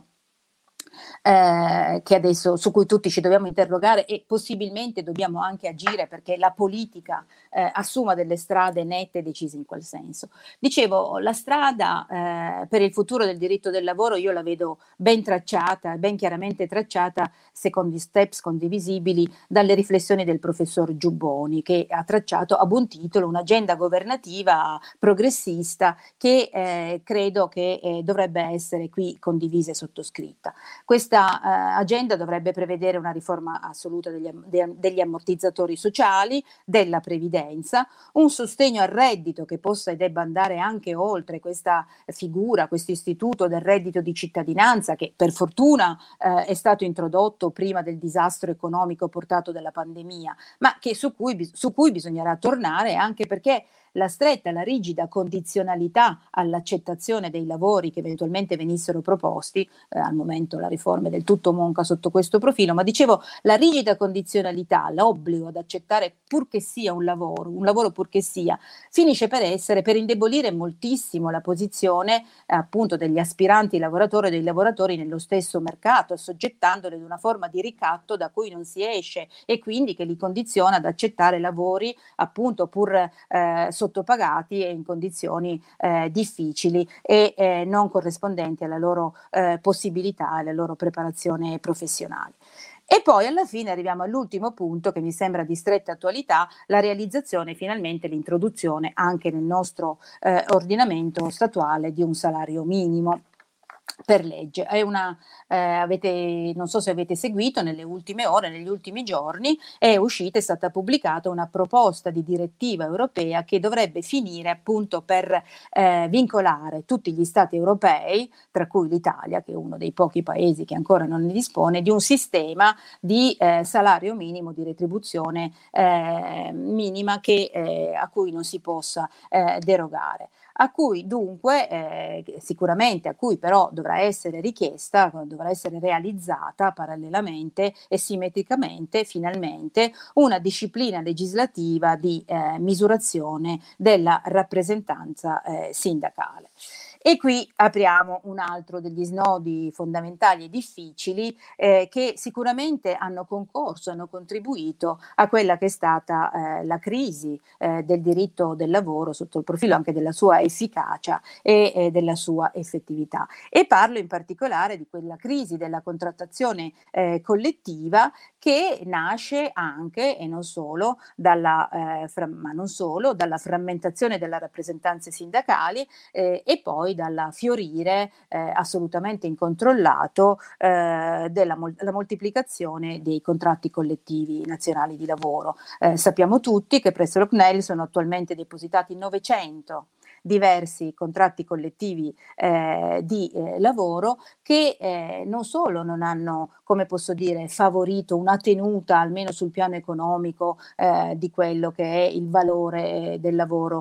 che adesso, su cui tutti ci dobbiamo interrogare e possibilmente dobbiamo anche agire perché la politica assuma delle strade nette e decise in quel senso. Dicevo, la strada per il futuro del diritto del lavoro io la vedo ben tracciata, ben chiaramente tracciata secondo steps condivisibili dalle riflessioni del professor Giubboni, che ha tracciato a buon titolo un'agenda governativa progressista che credo che dovrebbe essere qui condivisa e sottoscritta. Questa agenda dovrebbe prevedere una riforma assoluta degli ammortizzatori sociali, della previdenza, un sostegno al reddito che possa e debba andare anche oltre questa figura, questo istituto del reddito di cittadinanza che per fortuna è stato introdotto prima del disastro economico portato dalla pandemia, ma che su cui bisognerà tornare anche perché la stretta, la rigida condizionalità all'accettazione dei lavori che eventualmente venissero proposti, al momento la riforma è del tutto monca sotto questo profilo, ma dicevo la rigida condizionalità, l'obbligo ad accettare purché sia un lavoro purché sia, finisce per indebolire moltissimo la posizione appunto degli aspiranti lavoratori e dei lavoratori nello stesso mercato, assoggettandoli ad una forma di ricatto da cui non si esce e quindi che li condiziona ad accettare lavori appunto pur sottopagati e in condizioni difficili e non corrispondenti alla loro possibilità, alla loro preparazione professionale. E poi alla fine arriviamo all'ultimo punto che mi sembra di stretta attualità, la realizzazione finalmente, l'introduzione anche nel nostro ordinamento statuale di un salario minimo per legge. È non so se avete seguito nelle ultime ore, negli ultimi giorni, è stata pubblicata una proposta di direttiva europea che dovrebbe finire appunto per vincolare tutti gli stati europei, tra cui l'Italia, che è uno dei pochi paesi che ancora non ne dispone, di un sistema di salario minimo, di retribuzione minima a cui non si possa derogare. A cui dunque, sicuramente a cui però dovrà essere richiesta, dovrà essere realizzata parallelamente e simmetricamente, finalmente, una disciplina legislativa di misurazione della rappresentanza sindacale. E qui apriamo un altro degli snodi fondamentali e difficili che sicuramente hanno contribuito a quella che è stata la crisi del diritto del lavoro sotto il profilo anche della sua efficacia e della sua effettività. E parlo in particolare di quella crisi della contrattazione collettiva che nasce anche e non solo dalla frammentazione delle rappresentanze sindacali e poi dalla fiorire assolutamente incontrollato della moltiplicazione dei contratti collettivi nazionali di lavoro. Sappiamo tutti che presso l'OCNEL sono attualmente depositati 900 diversi contratti collettivi di lavoro che non solo non hanno, come posso dire, favorito una tenuta almeno sul piano economico di quello che è il valore del lavoro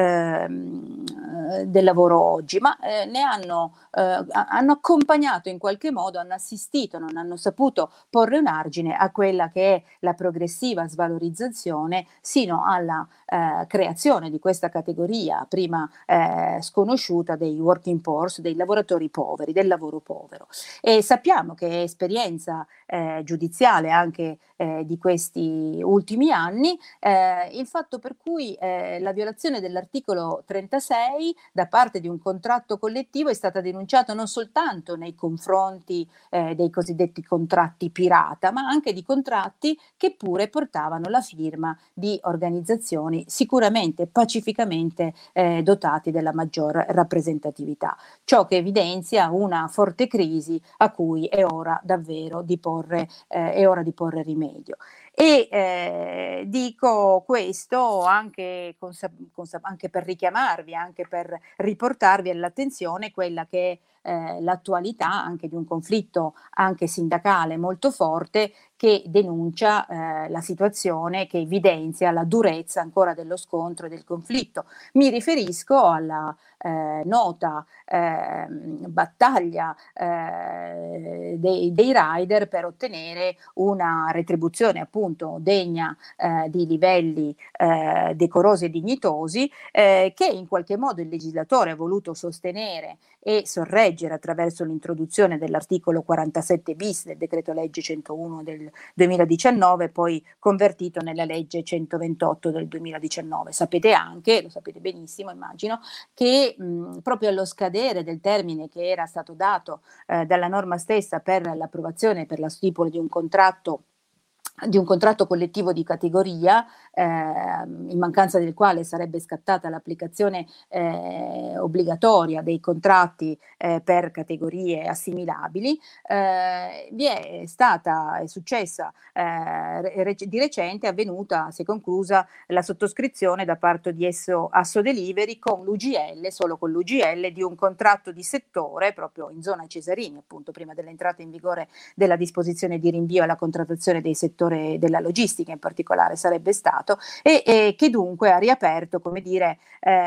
oggi, ma ne hanno accompagnato in qualche modo, hanno assistito, non hanno saputo porre un argine a quella che è la progressiva svalorizzazione sino alla creazione di questa categoria prima sconosciuta dei working poor, dei lavoratori poveri, del lavoro povero. E sappiamo che è esperienza giudiziale anche di questi ultimi anni il fatto per cui la violazione dell'articolo 36 da parte di un contratto collettivo è stata denunciata non soltanto nei confronti dei cosiddetti contratti pirata, ma anche di contratti che pure portavano la firma di organizzazioni sicuramente pacificamente dotati della maggior rappresentatività. Ciò che evidenzia una forte crisi a cui è ora davvero di porre rimedio. E dico questo anche, anche per richiamarvi, anche per riportarvi all'attenzione quella che è l'attualità anche di un conflitto anche sindacale molto forte che denuncia la situazione, che evidenzia la durezza ancora dello scontro e del conflitto. Mi riferisco alla nota battaglia dei rider per ottenere una retribuzione appunto degna di livelli decorosi e dignitosi che in qualche modo il legislatore ha voluto sostenere e sorreggere attraverso l'introduzione dell'articolo 47 bis del decreto legge 101 del 2019, poi convertito nella legge 128 del 2019. Sapete anche, lo sapete benissimo immagino, che proprio allo scadere del termine che era stato dato dalla norma stessa per l'approvazione, per la stipula di un contratto collettivo di categoria, in mancanza del quale sarebbe scattata l'applicazione obbligatoria dei contratti per categorie assimilabili, è successa di recente, è avvenuta, si è conclusa la sottoscrizione da parte di Asso Delivery con l'UGL, solo con l'UGL, di un contratto di settore proprio in zona Cesarini, appunto prima dell'entrata in vigore della disposizione di rinvio alla contrattazione dei settori della logistica in particolare sarebbe stato, e che dunque ha riaperto, come dire,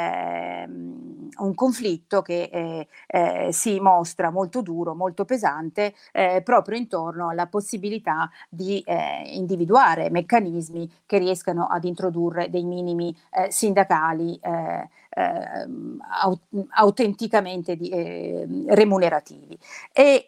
un conflitto che si mostra molto duro, molto pesante, proprio intorno alla possibilità di individuare meccanismi che riescano ad introdurre dei minimi sindacali autenticamente remunerativi. E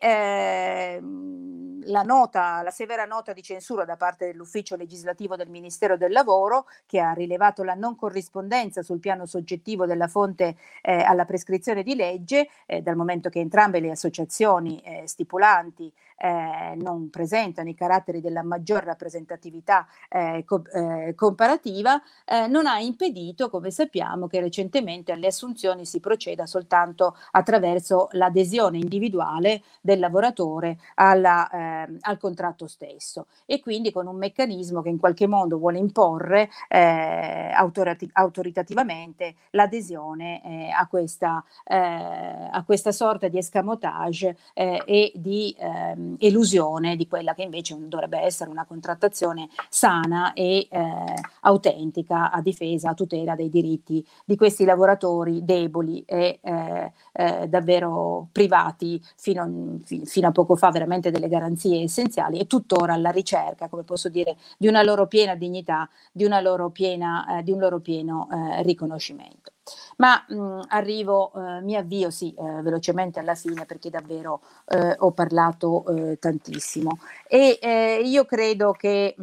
la severa nota di censura da parte dell'ufficio legislativo del Ministero del Lavoro, che ha rilevato la non corrispondenza sul piano soggettivo della fonte alla prescrizione di legge, dal momento che entrambe le associazioni stipulanti non presentano i caratteri della maggior rappresentatività comparativa, non ha impedito, come sappiamo, che recentemente alle assunzioni si proceda soltanto attraverso l'adesione individuale del lavoratore al contratto stesso, e quindi con un meccanismo che in qualche modo vuole imporre autoritativamente l'adesione a questa sorta di escamotage e di elusione di quella che invece dovrebbe essere una contrattazione sana e autentica a difesa, a tutela dei diritti di questi lavoratori deboli e davvero privati fino a poco fa veramente delle garanzie essenziali, e tuttora alla ricerca, come posso dire, di una loro piena dignità, di un loro pieno riconoscimento. Ma mi avvio velocemente alla fine, perché davvero ho parlato tantissimo, e io credo che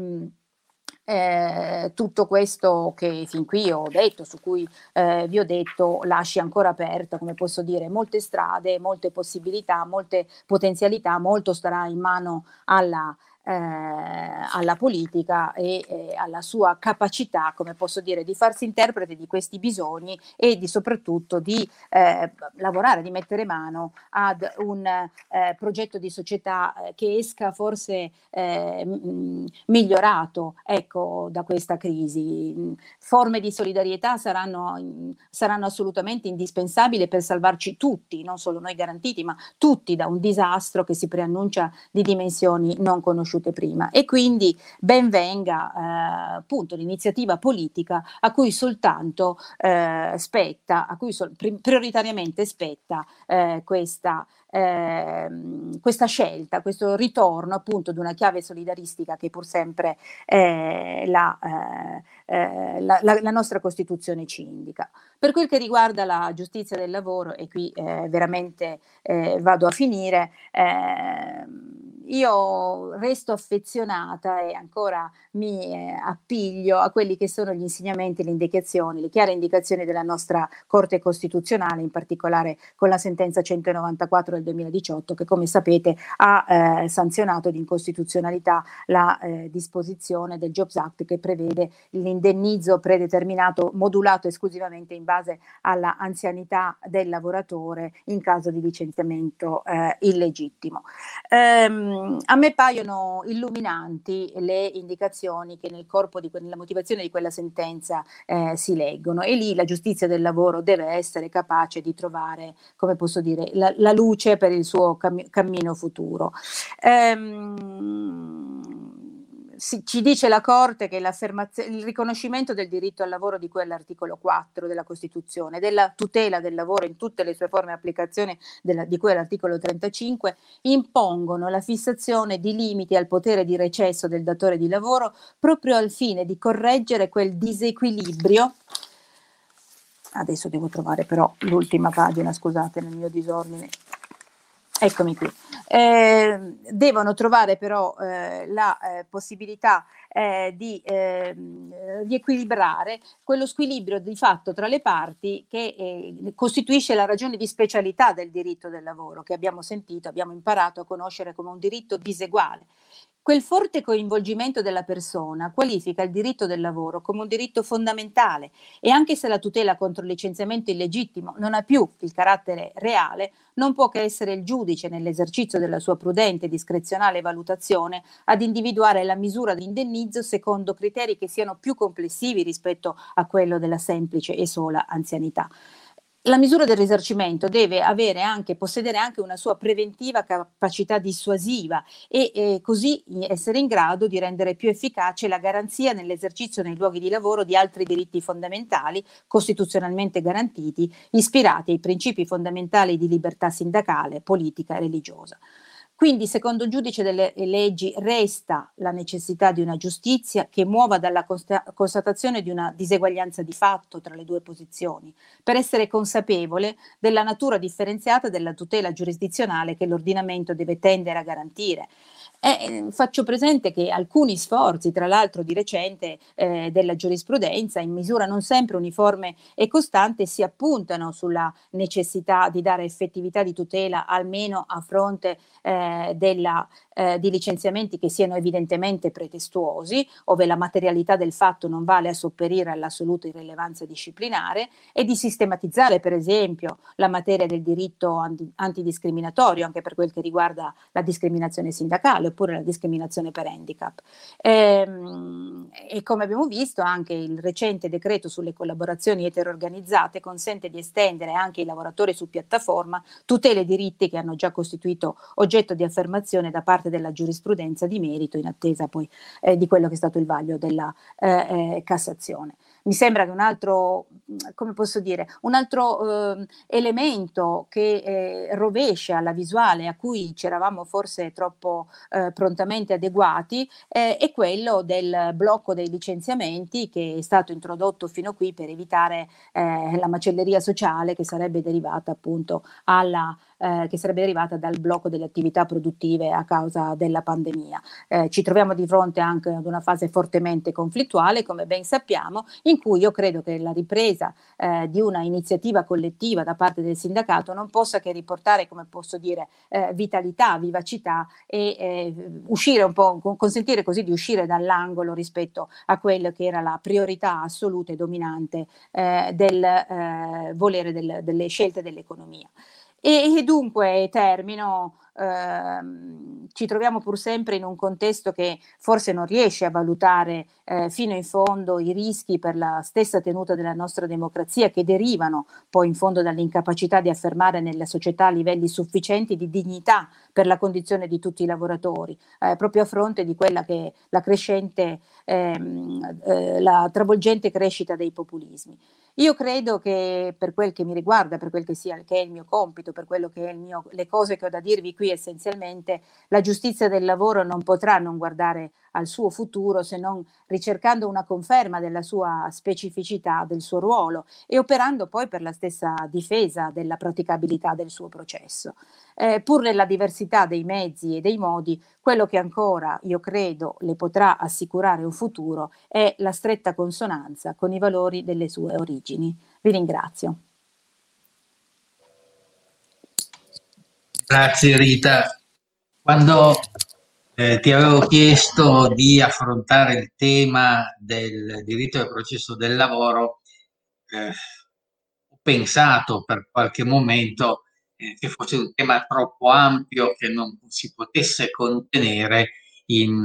tutto questo che fin qui ho detto, su cui vi ho detto, lasci ancora aperta, come posso dire, molte strade, molte possibilità, molte potenzialità. Molto starà in mano alla alla politica e alla sua capacità, come posso dire, di farsi interprete di questi bisogni e soprattutto di lavorare, di mettere mano ad un progetto di società che esca forse migliorato, ecco, da questa crisi. Forme di solidarietà saranno assolutamente indispensabili per salvarci tutti, non solo noi garantiti, ma tutti da un disastro che si preannuncia di dimensioni non conosciute prima. E quindi ben venga appunto l'iniziativa politica a cui soltanto spetta, a cui prioritariamente spetta questa scelta, questo ritorno appunto di una chiave solidaristica che pur sempre la nostra Costituzione ci indica. Per quel che riguarda la giustizia del lavoro, e qui veramente vado a finire, io resto affezionata e ancora mi appiglio a quelli che sono gli insegnamenti, le indicazioni, le chiare indicazioni della nostra Corte Costituzionale, in particolare con la sentenza 194 del 2018, che come sapete ha sanzionato l'incostituzionalità la disposizione del Jobs Act che prevede l'indennizzo predeterminato modulato esclusivamente in base alla anzianità del lavoratore in caso di licenziamento illegittimo. A me paiono illuminanti le indicazioni che nel corpo nella motivazione di quella sentenza si leggono, e lì la giustizia del lavoro deve essere capace di trovare, come posso dire, la luce per il suo cammino futuro. Ci dice la Corte che il riconoscimento del diritto al lavoro di cui all'articolo 4 della Costituzione, della tutela del lavoro in tutte le sue forme e applicazioni di cui all'articolo 35, impongono la fissazione di limiti al potere di recesso del datore di lavoro proprio al fine di correggere quel disequilibrio. Adesso devo trovare però l'ultima pagina, scusate, nel mio disordine. Eccomi qui. Devono trovare però la possibilità di equilibrare quello squilibrio di fatto tra le parti che costituisce la ragione di specialità del diritto del lavoro, che abbiamo imparato a conoscere come un diritto diseguale. Quel forte coinvolgimento della persona qualifica il diritto del lavoro come un diritto fondamentale, e anche se la tutela contro il licenziamento illegittimo non ha più il carattere reale, non può che essere il giudice, nell'esercizio della sua prudente e discrezionale valutazione, ad individuare la misura di indennizzo secondo criteri che siano più complessivi rispetto a quello della semplice e sola anzianità. La misura del risarcimento deve possedere anche una sua preventiva capacità dissuasiva e così essere in grado di rendere più efficace la garanzia nell'esercizio nei luoghi di lavoro di altri diritti fondamentali costituzionalmente garantiti, ispirati ai principi fondamentali di libertà sindacale, politica e religiosa. Quindi, secondo il giudice delle leggi, resta la necessità di una giustizia che muova dalla constatazione di una diseguaglianza di fatto tra le due posizioni, per essere consapevole della natura differenziata della tutela giurisdizionale che l'ordinamento deve tendere a garantire. Faccio presente che alcuni sforzi, tra l'altro di recente, della giurisprudenza, in misura non sempre uniforme e costante, si appuntano sulla necessità di dare effettività di tutela almeno a fronte di licenziamenti che siano evidentemente pretestuosi, ove la materialità del fatto non vale a sopperire all'assoluta irrilevanza disciplinare, e di sistematizzare per esempio la materia del diritto antidiscriminatorio anche per quel che riguarda la discriminazione sindacale oppure la discriminazione per handicap. E come abbiamo visto, anche il recente decreto sulle collaborazioni eteroorganizzate consente di estendere anche ai lavoratori su piattaforma tutele e diritti che hanno già costituito oggetto di affermazione da parte della giurisprudenza di merito, in attesa poi di quello che è stato il vaglio della Cassazione. Mi sembra che un altro elemento che rovescia la visuale a cui ci eravamo forse troppo prontamente adeguati è quello del blocco dei licenziamenti, che è stato introdotto fino qui per evitare la macelleria sociale che sarebbe derivata appunto alla che sarebbe derivata dal blocco delle attività produttive a causa della pandemia. Ci troviamo di fronte anche ad una fase fortemente conflittuale, come ben sappiamo, in cui io credo che la ripresa di una iniziativa collettiva da parte del sindacato non possa che riportare, come posso dire, vitalità, vivacità e uscire un po', consentire così di uscire dall'angolo rispetto a quello che era la priorità assoluta e dominante del volere delle scelte dell'economia. E dunque termino, ci troviamo pur sempre in un contesto che forse non riesce a valutare fino in fondo i rischi per la stessa tenuta della nostra democrazia, che derivano poi in fondo dall'incapacità di affermare nella società livelli sufficienti di dignità per la condizione di tutti i lavoratori, proprio a fronte di quella che è la crescente, la travolgente crescita dei populismi. Io credo che, per quel che mi riguarda, per quel che è il mio compito, per quello che è le cose che ho da dirvi qui essenzialmente, la giustizia del lavoro non potrà non guardare al suo futuro se non ricercando una conferma della sua specificità, del suo ruolo e operando poi per la stessa difesa della praticabilità del suo processo. Pur nella diversità dei mezzi e dei modi, quello che ancora, io credo, le potrà assicurare un futuro è la stretta consonanza con i valori delle sue origini. Vi ringrazio. Grazie Rita. Quando ti avevo chiesto di affrontare il tema del diritto al processo del lavoro, ho pensato per qualche momento che fosse un tema troppo ampio, che non si potesse contenere in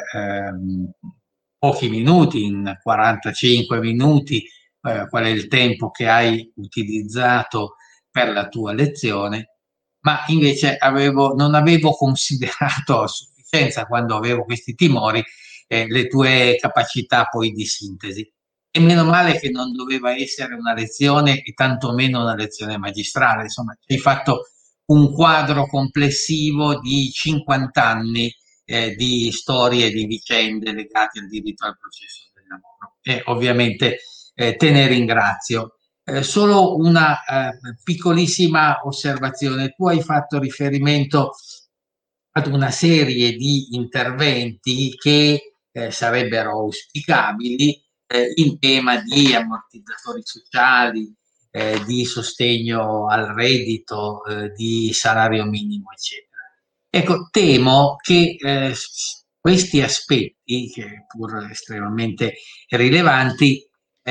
pochi minuti, in 45 minuti, qual è il tempo che hai utilizzato per la tua lezione, ma invece non avevo considerato a sufficienza, quando avevo questi timori, le tue capacità poi di sintesi. E meno male che non doveva essere una lezione e tantomeno una lezione magistrale, insomma, hai fatto un quadro complessivo di 50 anni di storie e di vicende legate al diritto al processo del lavoro. E ovviamente te ne ringrazio. Solo una piccolissima osservazione. Tu hai fatto riferimento ad una serie di interventi che sarebbero auspicabili in tema di ammortizzatori sociali, di sostegno al reddito, di salario minimo, eccetera. Ecco, temo che questi aspetti, che pur estremamente rilevanti,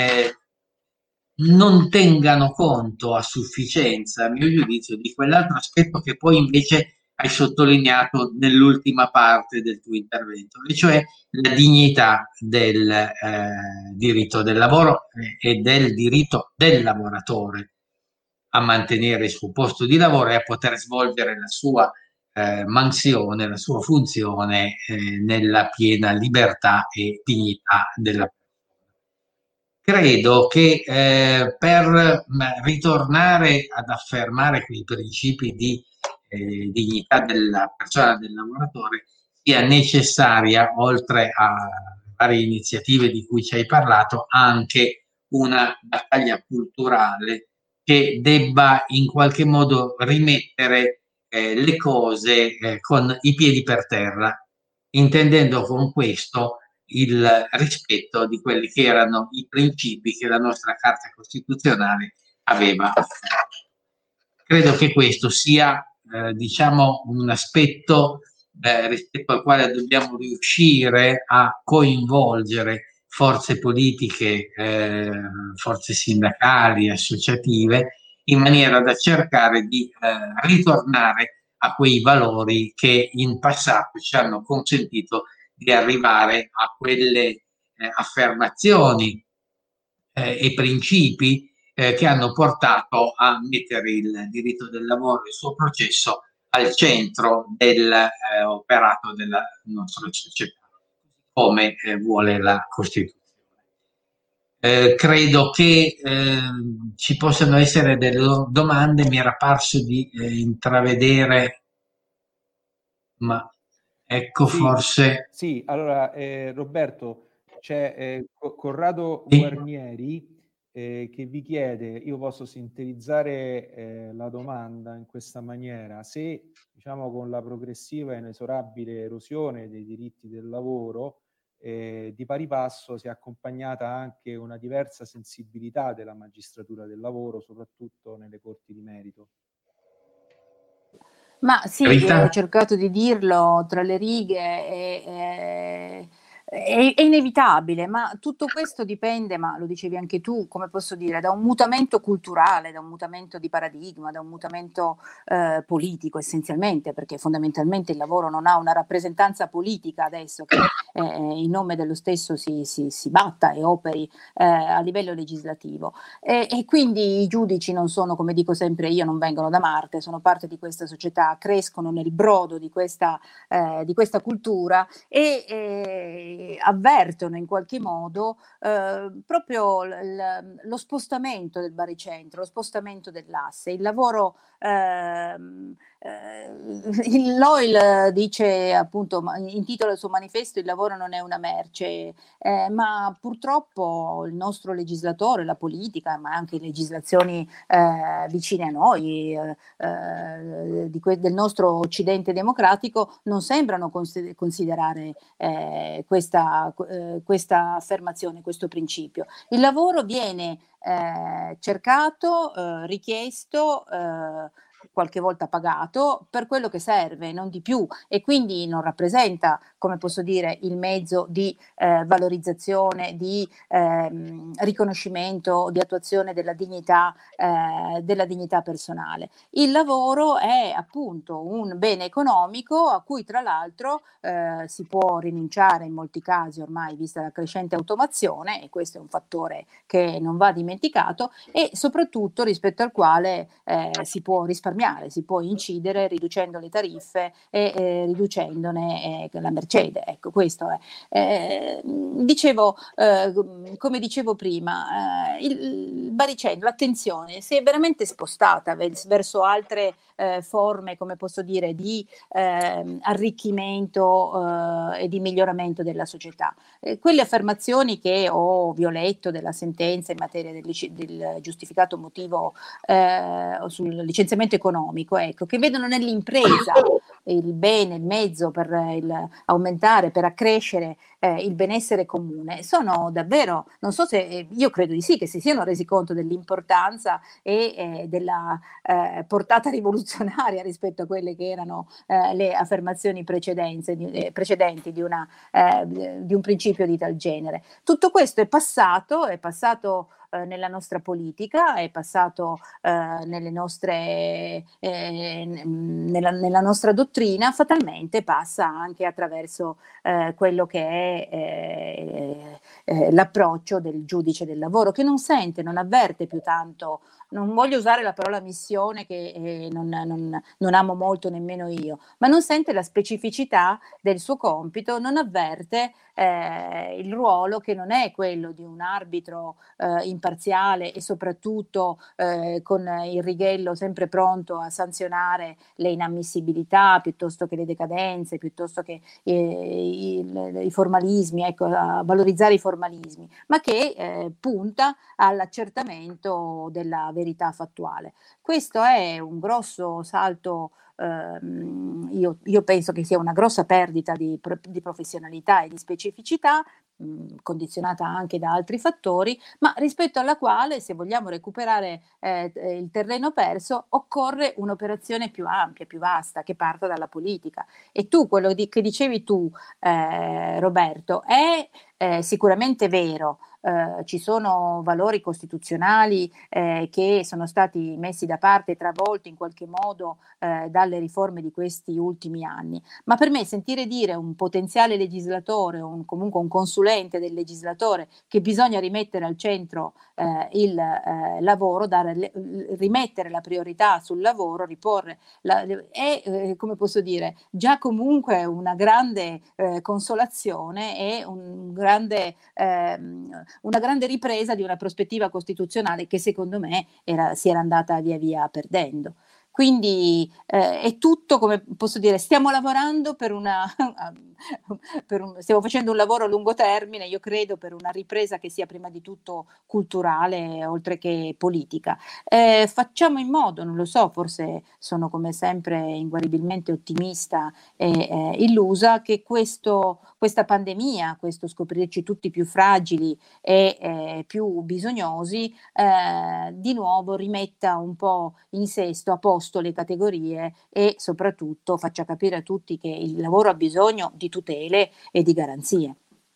non tengano conto a sufficienza, a mio giudizio, di quell'altro aspetto che poi invece hai sottolineato nell'ultima parte del tuo intervento, e cioè la dignità del diritto del lavoro e del diritto del lavoratore a mantenere il suo posto di lavoro e a poter svolgere la sua mansione, la sua funzione nella piena libertà e dignità della persona. Credo che per ritornare ad affermare quei principi di dignità della persona, del lavoratore, sia necessaria, oltre a varie iniziative di cui ci hai parlato, anche una battaglia culturale che debba in qualche modo rimettere le cose con i piedi per terra, intendendo con questo il rispetto di quelli che erano i principi che la nostra Carta Costituzionale aveva. Credo che questo sia, diciamo, un aspetto rispetto al quale dobbiamo riuscire a coinvolgere forze politiche, forze sindacali, associative, in maniera da cercare di ritornare a quei valori che in passato ci hanno consentito di arrivare a quelle affermazioni e principi che hanno portato a mettere il diritto del lavoro e il suo processo al centro dell'operato della nostra società, come vuole la Costituzione. Credo che ci possano essere delle domande, mi era parso di intravedere, ma ecco, sì, forse... Sì, allora Roberto, c'è Corrado Guarnieri che vi chiede, io posso sintetizzare la domanda in questa maniera: se diciamo con la progressiva e inesorabile erosione dei diritti del lavoro, di pari passo si è accompagnata anche una diversa sensibilità della magistratura del lavoro, soprattutto nelle corti di merito. Ma sì, Rita? ho cercato di dirlo tra le righe, è inevitabile, ma tutto questo dipende, ma lo dicevi anche tu, come posso dire, da un mutamento culturale, da un mutamento di paradigma, da un mutamento politico essenzialmente, perché fondamentalmente il lavoro non ha una rappresentanza politica adesso che in nome dello stesso si batta e operi a livello legislativo. E quindi i giudici non sono, come dico sempre io, non vengono da Marte, sono parte di questa società, crescono nel brodo di questa cultura e avvertono in qualche modo proprio lo spostamento del baricentro, lo spostamento dell'asse. Il lavoro, l'OIL dice appunto, intitola il suo manifesto: il lavoro non è una merce, ma purtroppo il nostro legislatore, la politica, ma anche legislazioni vicine a noi, del nostro occidente democratico, non sembrano considerare questa affermazione, questo principio. Il lavoro viene cercato, richiesto, qualche volta pagato per quello che serve, non di più, e quindi non rappresenta, come posso dire, il mezzo di valorizzazione, di riconoscimento, di attuazione della dignità personale. Il lavoro è appunto un bene economico a cui tra l'altro si può rinunciare in molti casi ormai, vista la crescente automazione, e questo è un fattore che non va dimenticato, e soprattutto rispetto al quale si può risparmiare, si può incidere riducendo le tariffe e riducendone la mercede. Ecco, questo è. Dicevo, come dicevo prima, il baricentro, l'attenzione si è veramente spostata verso altre forme, come posso dire, di arricchimento e di miglioramento della società. Quelle affermazioni che ho letto della sentenza in materia del giustificato motivo sul licenziamento economico, ecco, che vedono nell'impresa il bene, il mezzo per aumentare, per accrescere il benessere comune, sono davvero, non so se, io credo di sì, che si siano resi conto dell'importanza e della portata rivoluzionaria rispetto a quelle che erano le affermazioni precedenti di un principio di tal genere. Tutto questo è passato nella nostra politica, è passato nella nostra dottrina, fatalmente passa anche attraverso quello che è l'approccio del giudice del lavoro, che non sente, non avverte più tanto. Non voglio usare la parola missione, che non amo molto nemmeno io, ma non sente la specificità del suo compito, non avverte il ruolo che non è quello di un arbitro imparziale e soprattutto con il righello sempre pronto a sanzionare le inammissibilità piuttosto che le decadenze, piuttosto che i formalismi, ecco, a valorizzare i formalismi, ma che punta all'accertamento della verità fattuale. Questo è un grosso salto. Io penso che sia una grossa perdita di professionalità e di specificità, condizionata anche da altri fattori, ma rispetto alla quale, se vogliamo recuperare il terreno perso, occorre un'operazione più ampia, più vasta, che parta dalla politica. E tu, quello che dicevi tu, Roberto, è sicuramente vero. Ci sono valori costituzionali che sono stati messi da parte e travolti in qualche modo dalle riforme di questi ultimi anni, ma per me sentire dire un potenziale legislatore o comunque un consulente del legislatore che bisogna rimettere al centro il lavoro, rimettere la priorità sul lavoro, riporre è come posso dire, già comunque una grande consolazione e una grande ripresa di una prospettiva costituzionale che secondo me si era andata via via perdendo. Quindi è tutto, come posso dire, stiamo lavorando stiamo facendo un lavoro a lungo termine, io credo, per una ripresa che sia prima di tutto culturale oltre che politica. Facciamo in modo, non lo so, forse sono come sempre inguaribilmente ottimista e illusa, che questa pandemia, questo scoprirci tutti più fragili e più bisognosi, di nuovo rimetta un po' in sesto, a posto le categorie e soprattutto faccia capire a tutti che il lavoro ha bisogno di tutele e di garanzie.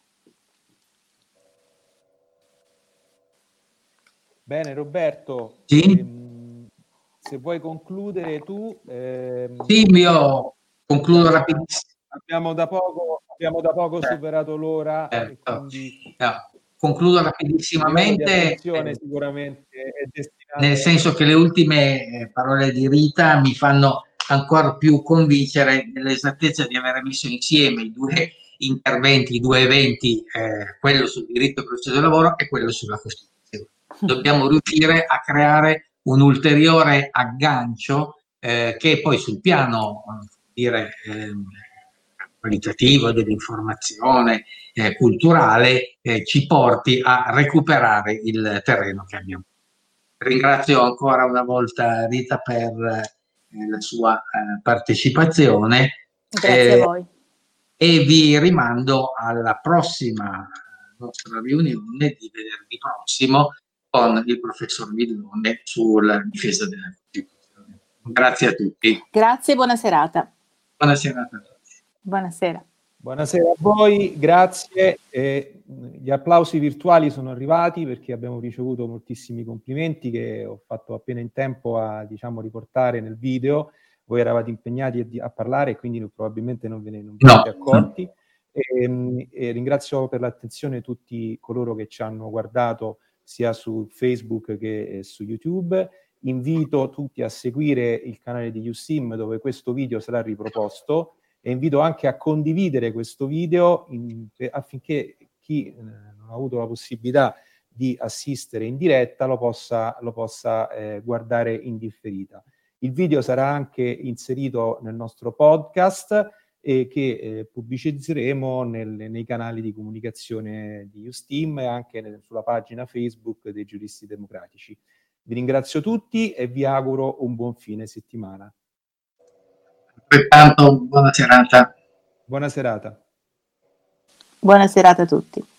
Bene, Roberto, Sì? se vuoi concludere tu. Sì, io concludo rapidissimo. Abbiamo da poco superato l'ora, e Certo. quindi Concludo il livello di rapidissimamente, attenzione sicuramente è destinato. nel senso che le ultime parole di Rita mi fanno ancora più convincere dell'esattezza di aver messo insieme i due interventi, i due eventi, quello sul diritto e processo del lavoro e quello sulla Costituzione. Dobbiamo riuscire a creare un ulteriore aggancio che poi sul piano qualitativo dell'informazione culturale ci porti a recuperare il terreno che abbiamo. Ringrazio ancora una volta Rita per la sua partecipazione. Grazie a voi. E vi rimando alla prossima nostra riunione di venerdì prossimo con il professor Villone sulla difesa della Costituzione. Grazie a tutti. Grazie e buona serata. Buona serata a tutti. Buonasera. Buonasera a voi, grazie. Gli applausi virtuali sono arrivati perché abbiamo ricevuto moltissimi complimenti che ho fatto appena in tempo a, diciamo, riportare nel video. Voi eravate impegnati a parlare e quindi probabilmente non ve ne siete accorti. E ringrazio per l'attenzione tutti coloro che ci hanno guardato sia su Facebook che su YouTube. Invito tutti a seguire il canale di USIM dove questo video sarà riproposto e invito anche a condividere questo video affinché chi non ha avuto la possibilità di assistere in diretta lo possa guardare in differita. Il video sarà anche inserito nel nostro podcast e che pubblicizzeremo nei canali di comunicazione di USTEAM e anche sulla pagina Facebook dei Giuristi Democratici. Vi ringrazio tutti e vi auguro un buon fine settimana. Pertanto, buona serata. Buona serata. Buona serata a tutti.